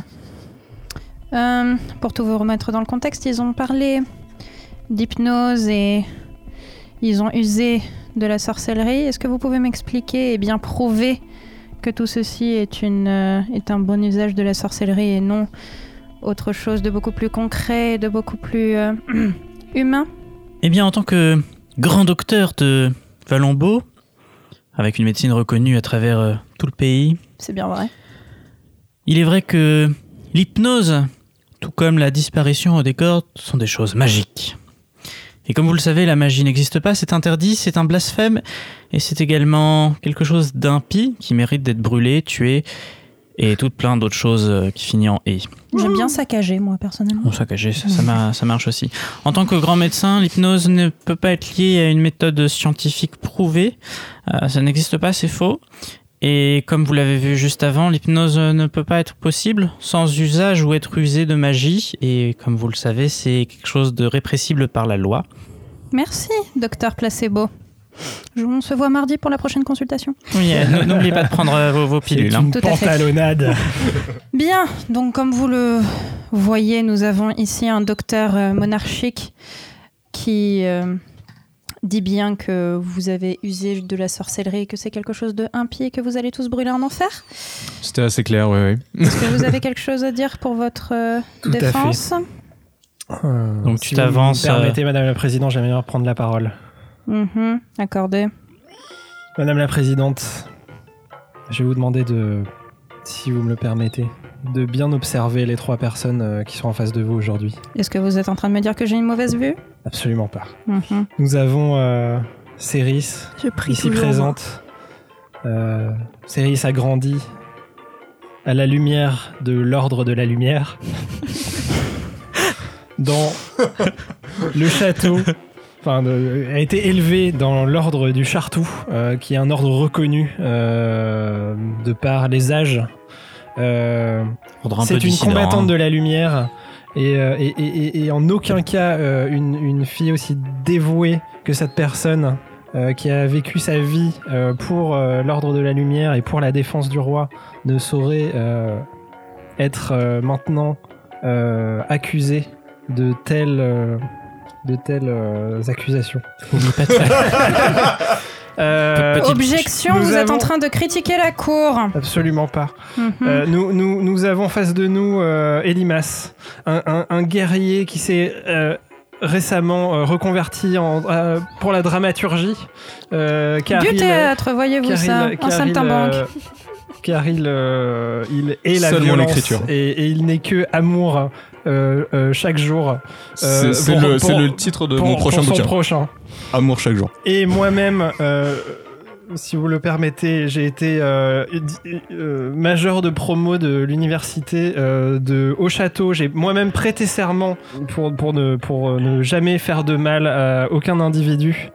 Pour tout vous remettre dans le contexte, ils ont parlé d'hypnose et ils ont usé de la sorcellerie. Est-ce que vous pouvez m'expliquer et bien prouver que tout ceci est un bon usage de la sorcellerie et non autre chose de beaucoup plus concret, de beaucoup plus humain? Eh bien, en tant que grand docteur de Valombo, avec une médecine reconnue à travers tout le pays, C'est bien vrai. il est vrai que l'hypnose, tout comme la disparition des cordes, sont des choses magiques. Et comme vous le savez, la magie n'existe pas, c'est interdit, c'est un blasphème, et c'est également quelque chose d'impie qui mérite d'être brûlé, tué, et toutes plein d'autres choses qui finissent en « et ». J'aime bien saccager, moi, personnellement. Bon, saccagé, ça marche aussi. En tant que grand médecin, l'hypnose ne peut pas être liée à une méthode scientifique prouvée. Ça n'existe pas, c'est faux. Et comme vous l'avez vu juste avant, l'hypnose ne peut pas être possible sans usage ou être usée de magie. Et comme vous le savez, c'est quelque chose de répressible par la loi. Merci, docteur Placebo. On se voit mardi pour la prochaine consultation. Oui, n'oubliez pas de prendre vos pilules. C'est hein. une Tout à fait. pantalonnade. Bien, donc comme vous le voyez, nous avons ici un docteur monarchique qui dit bien que vous avez usé de la sorcellerie et que c'est quelque chose de impie et que vous allez tous brûler en enfer. C'était assez clair, oui. Est-ce que vous avez quelque chose à dire pour votre Tout à défense? Donc si tu t'avances. Vous me permettez, Madame la Présidente, j'aimerais bien prendre la parole. Accordé. Madame la Présidente, je vais vous demander si vous me le permettez, de bien observer les 3 personnes qui sont en face de vous aujourd'hui. Est-ce que vous êtes en train de me dire que j'ai une mauvaise vue? Absolument pas. Nous avons Céris, ici présente. Céris a grandi à la lumière de l'Ordre de la Lumière, dans le château. A été élevé dans l'ordre du Chartou, qui est un ordre reconnu de par les âges. C'est une combattante de la lumière et en aucun cas une fille aussi dévouée que cette personne qui a vécu sa vie pour l'ordre de la lumière et pour la défense du roi ne saurait être maintenant accusée de telles accusations. Objection, vous êtes en train de critiquer la cour. Absolument pas. Nous avons face de nous Elimas, un guerrier qui s'est récemment reconverti pour la dramaturgie. Du théâtre, voyez-vous ça, en saltimbanque. Car il est la violence et il n'est que amour chaque jour. C'est le titre de mon prochain bouquin. Amour chaque jour. Et moi-même, si vous le permettez, j'ai été majeur de promo de l'université de Haut-Château. J'ai moi-même prêté serment pour ne jamais faire de mal à aucun individu.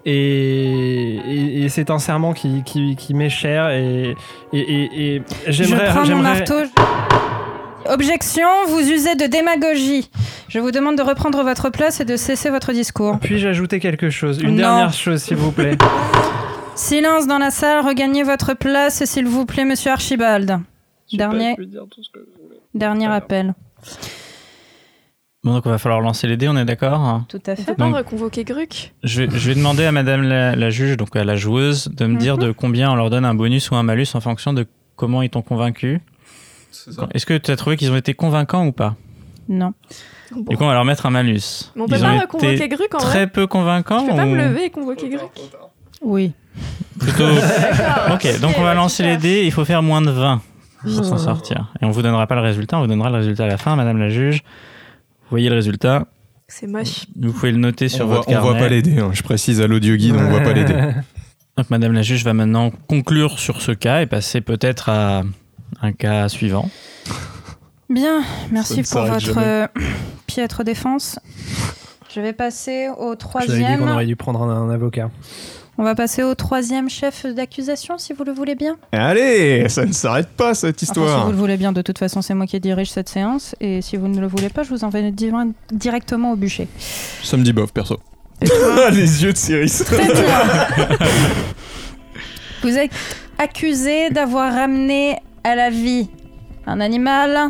Et c'est un serment qui m'est cher et j'aimerais... Je prends mon marteau. Objection, vous usez de démagogie. Je vous demande de reprendre votre place et de cesser votre discours. Puis-je ajouter quelque chose? Une dernière chose, s'il vous plaît. Silence dans la salle, regagnez votre place, s'il vous plaît, monsieur Archibald. Dernier appel. Bon, donc il va falloir lancer les dés, on est d'accord? Tout à fait. On peut pas reconvoquer Gruc? Je vais demander à madame la juge, donc à la joueuse, de me dire de combien on leur donne un bonus ou un malus en fonction de comment ils t'ont convaincu. Est-ce que tu as trouvé qu'ils ont été convaincants ou pas? Non. Bon. Du coup, on va leur mettre un malus. Mais on peut pas reconvoquer Gruc en vrai? Très peu convaincants. Je peux pas me lever et convoquer Gruc? Oui. Plutôt. Ok, donc on va lancer les dés, il faut faire moins de 20 pour s'en sortir. Et on vous donnera pas le résultat, on vous donnera le résultat à la fin, madame la juge. Vous voyez le résultat? C'est moche. Vous pouvez le noter sur votre carnet. On voit pas les dés, je précise à l'audio guide, on voit pas les dés. Donc madame la juge va maintenant conclure sur ce cas et passer peut-être à un cas suivant. Bien, merci pour votre piètre défense. Je vais passer au troisième. Je vous avais dit qu'on aurait dû prendre un avocat. On va passer au troisième chef d'accusation, si vous le voulez bien. Allez, ça ne s'arrête pas cette histoire. Enfin, si vous le voulez bien, de toute façon, c'est moi qui dirige cette séance. Et si vous ne le voulez pas, je vous envoie directement au bûcher. Ça me dit bof, perso. Les yeux de Céris. Très bien. Vous êtes accusé d'avoir ramené à la vie un animal,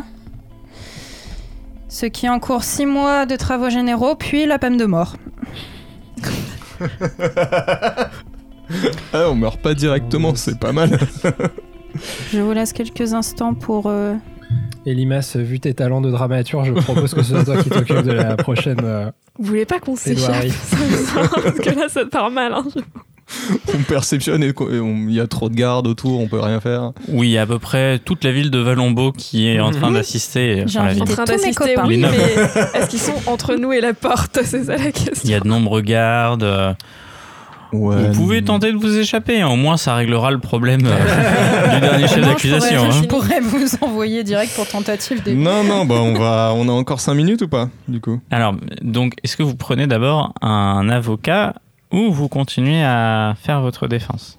ce qui encourt 6 mois de travaux généraux, puis la peine de mort. On meurt pas directement, c'est pas mal. Je vous laisse quelques instants pour... Elimas, vu tes talents de dramaturge, je propose que ce soit toi qui t'occupe de la prochaine... Vous voulez pas qu'on s'échappe? Parce que là, ça part mal. Hein. On perceptionne et il y a trop de gardes autour, on peut rien faire. Oui, il y a à peu près toute la ville de Valombo qui est en train d'assister. J'ai envie en train d'assister, oui, mais est-ce qu'ils sont entre nous et la porte? C'est ça la question. Il y a de nombreux gardes. Ouais, vous pouvez tenter de vous échapper, au moins ça réglera le problème du dernier chef d'accusation. Je pourrais vous envoyer direct pour tentative d'évasion. Non, bah on a encore 5 minutes ou pas, du coup? Alors, donc, est-ce que vous prenez d'abord un avocat ou vous continuez à faire votre défense?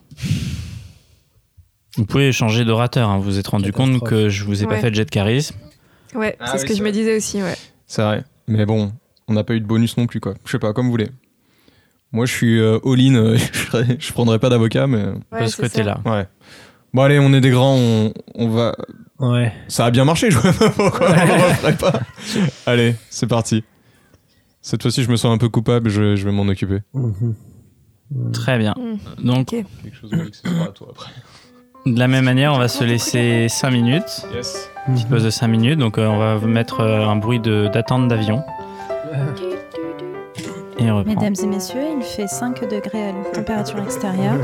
Vous pouvez changer d'orateur, hein. Vous vous êtes rendu compte que je vous ai pas fait de jet de charisme. Ouais, c'est ce que je me disais aussi, ouais. C'est vrai, mais bon, on n'a pas eu de bonus non plus, quoi. Je sais pas, comme vous voulez. Moi, je suis all-in, je prendrais pas d'avocat, mais... de ce côté-là. Ouais. Bon, allez, on est des grands, on va... Ouais. Ça a bien marché, je vois pas pourquoi on le referait pas. Allez, c'est parti. Cette fois-ci, je me sens un peu coupable, je vais m'en occuper. Très bien. Donc, Quelque chose de à toi après. de la même manière, on va se laisser 5 minutes. Yes. Petite pause de 5 minutes. Donc, on va mettre un bruit d'attente d'avion. Et reprend. Mesdames et messieurs, il fait 5 degrés à la température extérieure.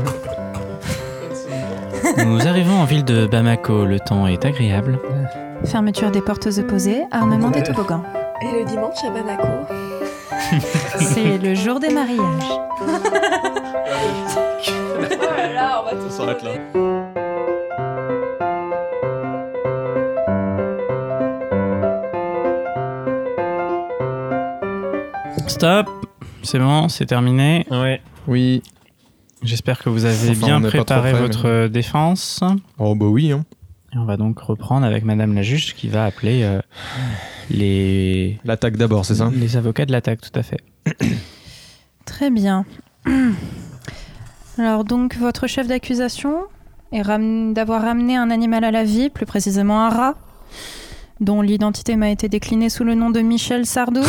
Nous arrivons en ville de Bamako, le temps est agréable. Fermeture des portes opposées, armement des toboggans. Et le dimanche à Bamako. C'est le jour des mariages. Ça s'arrête là. Stop, c'est bon, c'est terminé. Ouais. Oui. J'espère que vous avez Enfin, bien on n'est pas trop préparé près, votre défense. Oh bah oui. Hein. Et on va donc reprendre avec Madame la juge qui va appeler les L'attaque d'abord, c'est ça? les avocats de l'attaque, tout à fait. Très bien. Alors donc, votre chef d'accusation est d'avoir ramené un animal à la vie, plus précisément un rat, dont l'identité m'a été déclinée sous le nom de Michel Sardou.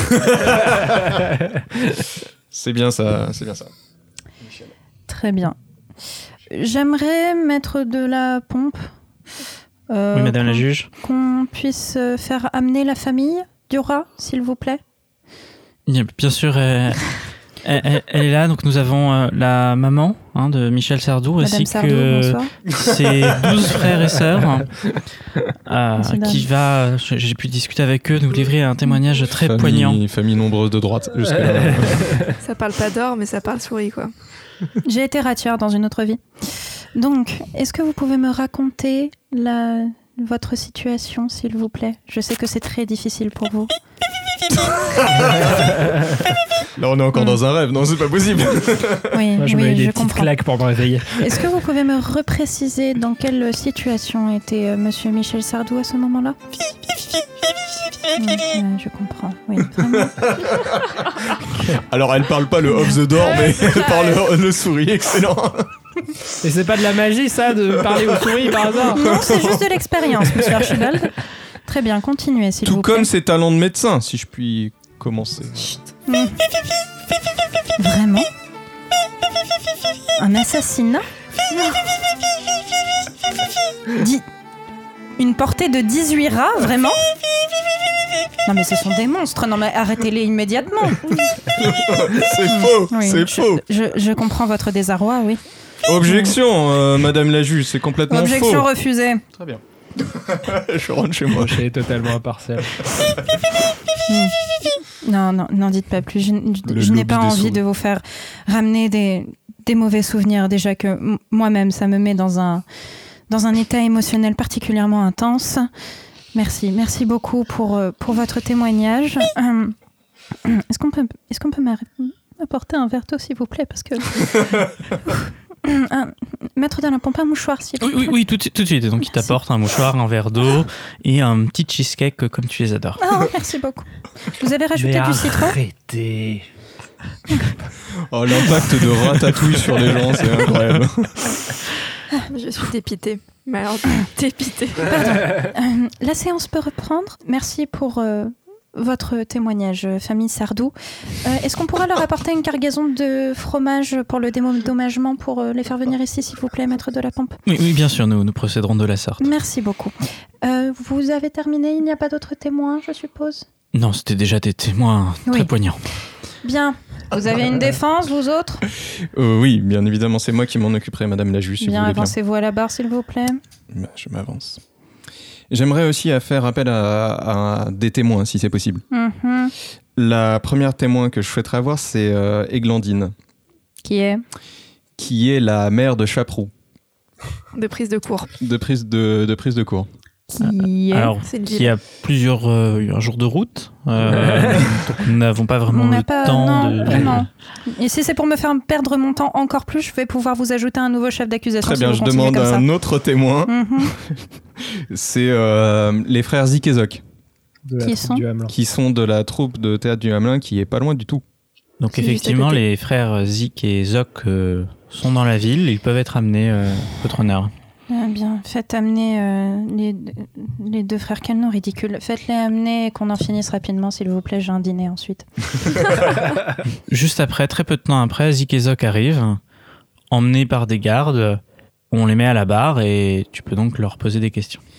C'est bien ça, c'est bien ça. Très bien. J'aimerais mettre de la pompe. Oui, Madame la juge. Qu'on puisse faire amener la famille du rat, s'il vous plaît. Bien sûr, elle est là, donc nous avons la maman de Michel Sardou, Madame ainsi Sardou, que bonsoir. ses 12 frères et sœurs, qui va, j'ai pu discuter avec eux, nous livrer un témoignage très poignant. Famille nombreuse de droite, jusque-là. Ça parle pas d'or, mais ça parle souris, quoi. J'ai été ratière dans une autre vie. Donc, est-ce que vous pouvez me raconter votre situation, s'il vous plaît? Je sais que c'est très difficile pour vous. Là, on est encore dans un rêve, non, c'est pas possible. Oui, Moi, je me mets des petites comprends. claques pour me réveiller. Est-ce que vous pouvez me repréciser dans quelle situation était Monsieur Michel Sardou à ce moment-là? Je comprends, oui, vraiment. Alors, elle parle pas le off the door, mais elle parle le souris, excellent. Et c'est pas de la magie, ça, de parler aux souris par hasard? Non, c'est juste de l'expérience, Monsieur Archibald. Très bien, continuez, s'il Tout vous plaît. comme ses talents de médecin, si je puis commencer. Vraiment? Un assassinat? Une portée de 18 rats, vraiment? Non mais ce sont des monstres, non mais arrêtez-les immédiatement. C'est faux, Oui, c'est faux. Je comprends votre désarroi, oui. Objection, Madame la juge, c'est complètement Objection faux. refusée. Très bien. Je rentre chez moi. J'ai totalement impartial. Non, n'en dites pas plus. Je n'ai pas lobby des envie souris. de vous faire ramener des mauvais souvenirs. Déjà que moi-même, ça me met dans un état émotionnel particulièrement intense. Merci beaucoup pour votre témoignage. Est-ce qu'on peut m'apporter un verre d'eau, s'il vous plaît, parce que mettre dans la pompe un mouchoir, s'il vous plaît. Oui, tout de suite. Donc, il t'apporte un mouchoir, un verre d'eau et un petit cheesecake comme tu les adores. Oh, merci beaucoup. Vous avez rajouté du citron? Arrêtez. Oh, l'impact de Ratatouille sur les gens, c'est incroyable. Je suis dépitée. Mais alors, dépitée. La séance peut reprendre. Merci pour votre témoignage, famille Sardou. Est-ce qu'on pourra leur apporter une cargaison de fromage pour le dédommagement pour les faire venir ici, s'il vous plaît, maître de la pompe? Oui, bien sûr, nous procéderons de la sorte. Merci beaucoup. Vous avez terminé? Il n'y a pas d'autres témoins, je suppose? Non, c'était déjà des témoins très Oui. poignants. Bien. Vous avez une défense, vous autres? Oui, bien évidemment, c'est moi qui m'en occuperai, Madame la juge, si Bien, vous voulez bien. avancez-vous à la barre, s'il vous plaît. Bah, je m'avance. J'aimerais aussi faire appel à des témoins, si c'est possible. Mhm. La première témoin que je souhaiterais avoir, c'est Églandine, Qui est? qui est la mère de Chaperoux, De prise de cours. de prise de cours. Qui est? Alors, C'est une il y a plusieurs un jour de route. Donc nous n'avons pas vraiment On n'a le pas... temps non, de... vraiment. Et si c'est pour me faire perdre mon temps encore plus, je vais pouvoir vous ajouter un nouveau chef d'accusation. Très si bien, vous je continuez demande comme ça. un autre témoin. Mhm. C'est les frères Zik et Zok, De la Qui troupe sont du Hamelin. qui sont de la troupe de théâtre du Hamelin, qui est pas loin du tout. Donc C'est juste à effectivement, côté. les frères Zik et Zok sont dans la ville. Ils peuvent être amenés, votre honneur. Bien, faites amener les deux frères. Quel nom ridicule. Faites-les amener et qu'on en finisse rapidement, s'il vous plaît. J'ai un dîner ensuite. Juste après, très peu de temps après, Zik et Zok arrivent, emmenés par des gardes. On les met à la barre et tu peux donc leur poser des questions.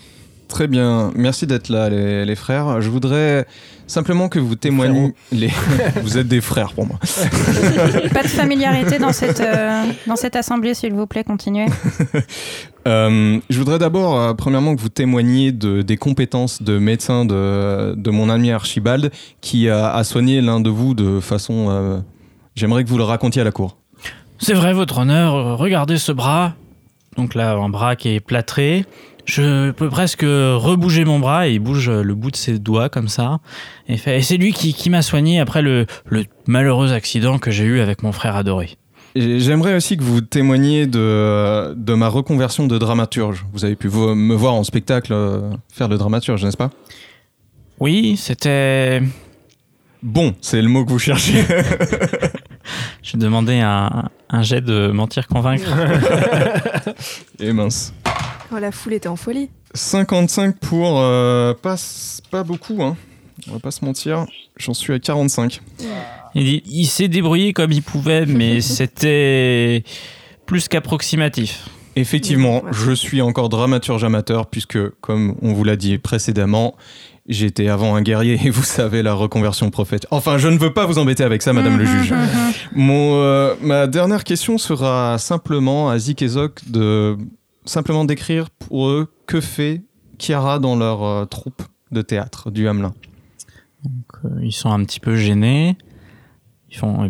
Très bien, merci d'être là les frères. Je voudrais simplement que vous témoigniez... Vous êtes des frères pour moi. Pas de familiarité dans cette assemblée, s'il vous plaît, continuez. Je voudrais d'abord, premièrement, que vous témoigniez des compétences de médecin de mon ami Archibald qui a soigné l'un de vous de façon... J'aimerais que vous le racontiez à la cour. C'est vrai, votre honneur. Regardez ce bras. Donc là, un bras qui est plâtré. Je peux presque rebouger mon bras et il bouge le bout de ses doigts comme ça. Et c'est lui qui m'a soigné après le malheureux accident que j'ai eu avec mon frère adoré. Et j'aimerais aussi que vous témoigniez de ma reconversion de dramaturge. Vous avez pu me voir en spectacle faire de dramaturge, n'est-ce pas ? Oui, c'était... Bon, c'est le mot que vous cherchez. Je demandais un jet de mentir-convaincre. Et mince. Oh, la foule était en folie. 55 pour... pas beaucoup, hein. On va pas se mentir. J'en suis à 45. Il s'est débrouillé comme il pouvait, mais c'était plus qu'approximatif. Effectivement, je suis encore dramaturge amateur, puisque, comme on vous l'a dit précédemment, j'étais avant un guerrier et vous savez, la reconversion prophétique. Enfin, je ne veux pas vous embêter avec ça, madame le juge. Ma dernière question sera simplement à Zik et Zoc de simplement décrire pour eux que fait Chiara dans leur troupe de théâtre du Hamelin. Donc, ils sont un petit peu gênés. Ils font,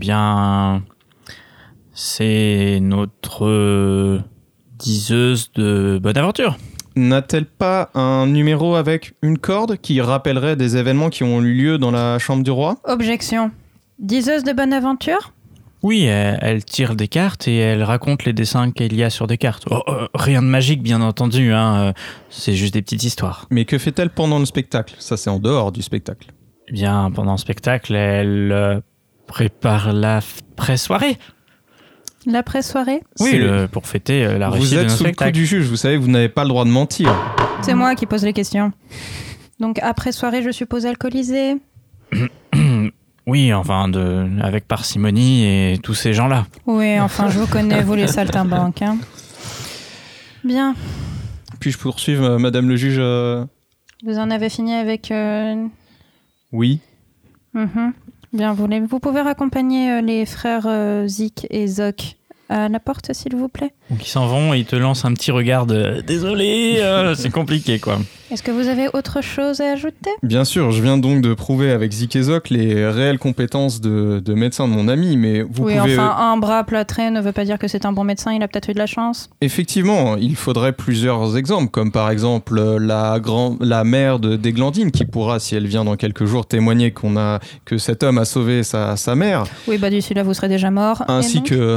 c'est notre diseuse de bonne aventure. N'a-t-elle pas un numéro avec une corde qui rappellerait des événements qui ont eu lieu dans la chambre du roi ? Objection. Diseuse de bonne aventure ? Oui, elle tire des cartes et elle raconte les dessins qu'il y a sur des cartes. Rien de magique, bien entendu, hein. C'est juste des petites histoires. Mais que fait-elle pendant le spectacle ? Ça, c'est en dehors du spectacle. Eh bien, pendant le spectacle, elle prépare la pré-soirée. La pré-soirée ? Oui, pour fêter la réussite de nos spectacles. Vous êtes sous le coup du juge, vous savez, vous n'avez pas le droit de mentir. C'est moi qui pose les questions. Donc, après-soirée, je suppose alcoolisée ? Oui, enfin, avec parcimonie et tous ces gens-là. Oui, enfin, je vous connais, vous les saltimbanques. Hein. Bien. Puis-je poursuivre, madame le juge Vous en avez fini avec... Oui. Bien, vous pouvez raccompagner les frères Zik et Zoc à la porte, s'il vous plaît. Donc ils s'en vont et ils te lancent un petit regard de « Désolé, c'est compliqué, quoi ». Est-ce que vous avez autre chose à ajouter ? Bien sûr, je viens donc de prouver avec Zik et Zoc les réelles compétences de médecin de mon ami, mais vous pouvez... Oui, enfin, un bras plâtré ne veut pas dire que c'est un bon médecin, il a peut-être eu de la chance. Effectivement, il faudrait plusieurs exemples, comme par exemple la mère d'Eglandine, qui pourra, si elle vient dans quelques jours, témoigner que cet homme a sauvé sa mère. Oui, d'ici là, vous serez déjà mort. Ainsi que...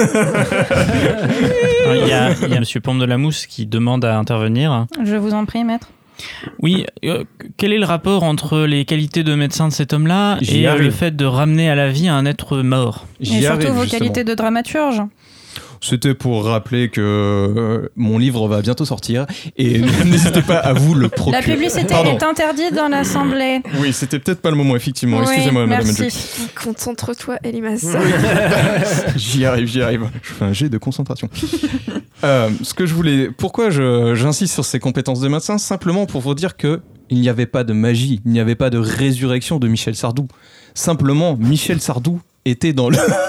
Il y a Monsieur Pompe de la Mousse qui demande à intervenir. Je vous en prie, maître. Oui, quel est le rapport entre les qualités de médecin de cet homme-là et le fait de ramener à la vie un être mort ? Et surtout vos qualités de dramaturge. C'était pour rappeler que mon livre va bientôt sortir et n'hésitez pas à vous le procurer. La publicité est interdite dans l'assemblée. Oui, c'était peut-être pas le moment, effectivement. Oui, excusez-moi, madame Edge. Concentre-toi, Elimas. J'y arrive. Je fais un jet de concentration. Pourquoi j'insiste sur ces compétences de médecin ? Simplement pour vous dire que il n'y avait pas de magie, il n'y avait pas de résurrection de Michel Sardou. Simplement, Michel Sardou était dans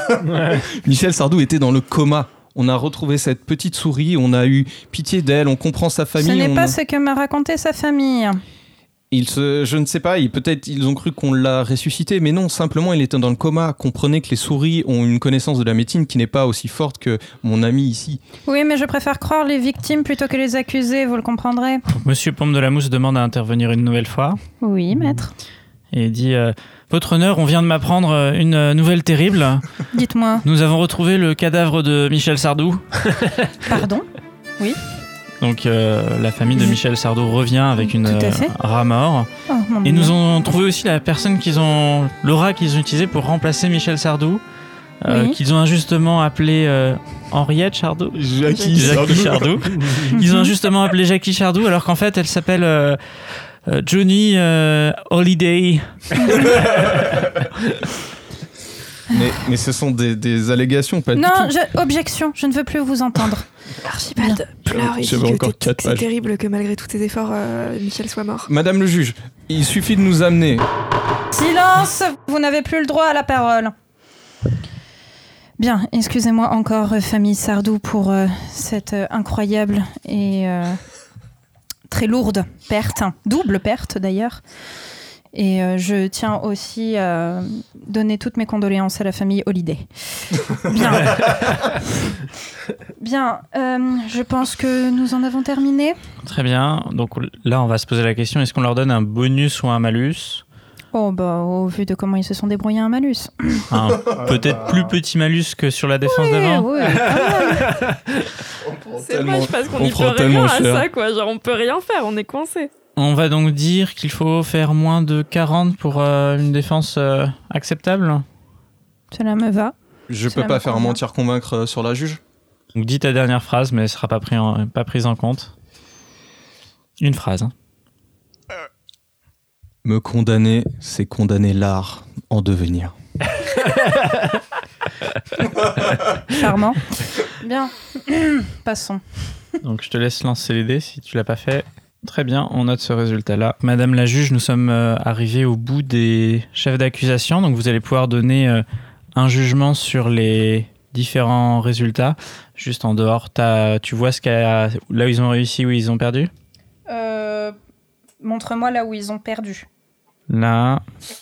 le coma. On a retrouvé cette petite souris, on a eu pitié d'elle, on comprend sa famille. Ce n'est pas ce que m'a raconté sa famille. Je ne sais pas, peut-être ils ont cru qu'on l'a ressuscité, mais non, simplement il était dans le coma. Comprenez que les souris ont une connaissance de la médecine qui n'est pas aussi forte que mon ami ici. Oui, mais je préfère croire les victimes plutôt que les accusés, vous le comprendrez. Monsieur Pompe de la Mousse demande à intervenir une nouvelle fois. Oui, maître. Et il dit Votre honneur, on vient de m'apprendre une nouvelle terrible. Dites-moi. Nous avons retrouvé le cadavre de Michel Sardou. Pardon ? Oui. Donc la famille de Michel Sardou revient avec une rat mort. Oh, et nous avons trouvé aussi la personne l'aura qu'ils ont utilisée pour remplacer Michel Sardou. Qu'ils ont injustement appelé Henriette Chardou. Jackie Chardou. Ils ont injustement appelé Jackie Chardou alors qu'en fait elle s'appelle Johnny Holiday. Mais ce sont des allégations, pas du tout. Non, objection, je ne veux plus vous entendre. Archibald pleure et dit J'avais encore que 4 c'est pages. terrible que malgré tous tes efforts, Michel soit mort. Madame le juge, il suffit de nous amener. Silence, vous n'avez plus le droit à la parole. Bien, excusez-moi encore, famille Sardou, pour cette incroyable et très lourde perte, double perte d'ailleurs. Et je tiens aussi à donner toutes mes condoléances à la famille Holiday. Bien. Bien, je pense que nous en avons terminé. Très bien. Donc là, on va se poser la question, est-ce qu'on leur donne un bonus ou un malus ? Oh, bah, au vu de comment ils se sont débrouillés, un malus. Un peut-être plus petit malus que sur la défense d'avant ? Oui, C'est dommage parce qu'on on n'y prend peut rien tellement à cher. ça, quoi. Genre, on peut rien faire, on est coincé. On va donc dire qu'il faut faire moins de 40 pour une défense acceptable. Cela me va. Je Cela peux pas me faire un convient. mentir-convaincre sur la juge. Donc dis ta dernière phrase, mais elle sera pas prise en compte. Une phrase. Hein. Me condamner, c'est condamner l'art en devenir. Charmant. Bien. Passons. Donc je te laisse lancer les dés si tu l'as pas fait. Très bien, on note ce résultat-là. Madame la juge, nous sommes arrivés au bout des chefs d'accusation, donc vous allez pouvoir donner un jugement sur les différents résultats. Juste en dehors, tu vois là où ils ont réussi, où ils ont perdu ? Montre-moi là où ils ont perdu. Là,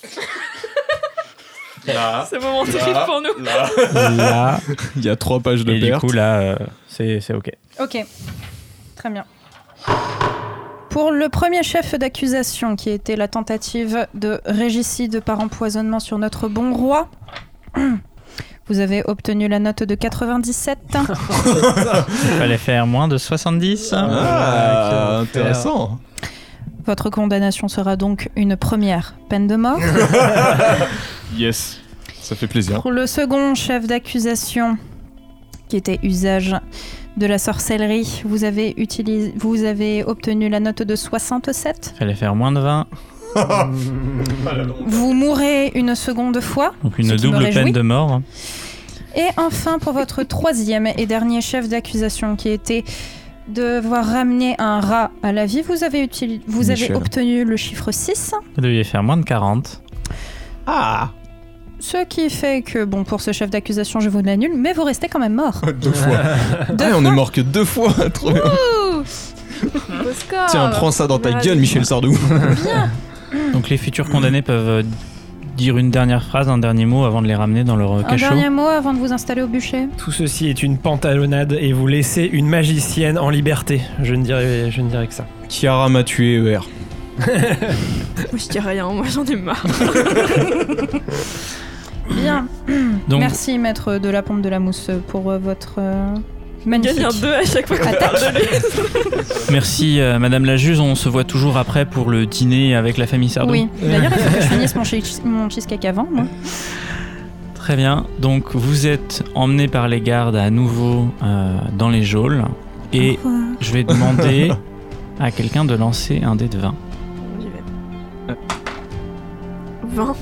C'est moment terrible pour nous. là, Il y a 3 pages de et du perte. coup là, c'est ok. Ok. Très bien. Pour le premier chef d'accusation, qui était la tentative de régicide par empoisonnement sur notre bon roi, vous avez obtenu la note de 97. Il fallait faire moins de 70. Ah, intéressant. Votre condamnation sera donc une première peine de mort. Yes, ça fait plaisir. Pour le second chef d'accusation, qui était usage de la sorcellerie, vous avez obtenu la note de 67. Il fallait faire moins de 20. Vous mourrez une seconde fois. Donc une Ce qui me double réjouit. peine de mort. Et enfin, pour votre troisième et dernier chef d'accusation, qui était de devoir ramener un rat à la vie, vous avez Michel. obtenu le chiffre 6. Vous deviez faire moins de 40. Ah, Ce qui fait que, bon, pour ce chef d'accusation, je vous l'annule, mais vous restez quand même mort. 2 fois. Deux On fois. est mort que 2 fois. Trop bien. Beau score. Tiens, prends ça dans ta gueule, Michel Sardou. Donc les futurs condamnés peuvent dire une dernière phrase, un dernier mot avant de les ramener dans leur Un cachot. dernier mot avant de vous installer au bûcher. Tout ceci est une pantalonnade et vous laissez une magicienne en liberté. Je ne dirais que ça. Chiara m'a tué, ER. Moi, je dis rien, moi j'en ai marre. Bien. Donc, Merci, maître de la pompe de la mousse, pour votre magnifique Gagne un 2 à chaque fois qu'on attaque. parle de lui. merci Madame la juge, on se voit toujours après pour le dîner avec la famille Sardou. Oui, d'ailleurs, il faut que je finisse mon cheesecake avant, moi. Très bien, donc vous êtes emmené par les gardes à nouveau dans les geôles et je vais demander à quelqu'un de lancer un dé de 20. J'y vais. 20.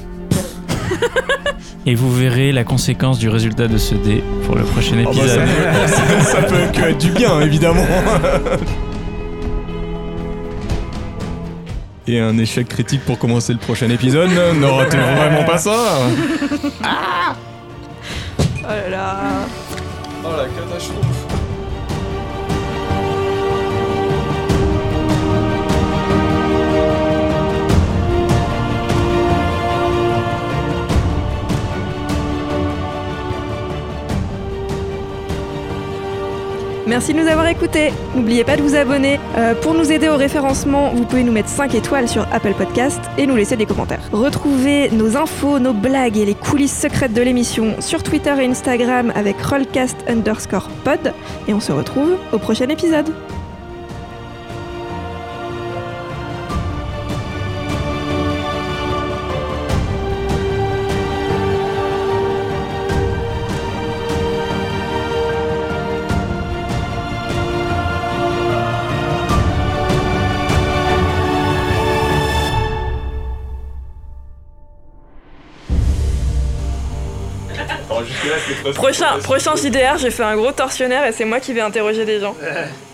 Et vous verrez la conséquence du résultat de ce dé pour le prochain Oh bah, épisode. ça peut que être du bien, évidemment. Et un échec critique pour commencer le prochain épisode. Ne ratez vraiment pas ça. Oh là là. Oh la catastrophe. Merci de nous avoir écoutés. N'oubliez pas de vous abonner. Pour nous aider au référencement, vous pouvez nous mettre 5 étoiles sur Apple Podcast et nous laisser des commentaires. Retrouvez nos infos, nos blagues et les coulisses secrètes de l'émission sur Twitter et Instagram avec rollcast_pod. Et on se retrouve au prochain épisode. jusque-là, c'était pas Prochain JDR, j'ai fait un gros tortionnaire et c'est moi qui vais interroger des gens.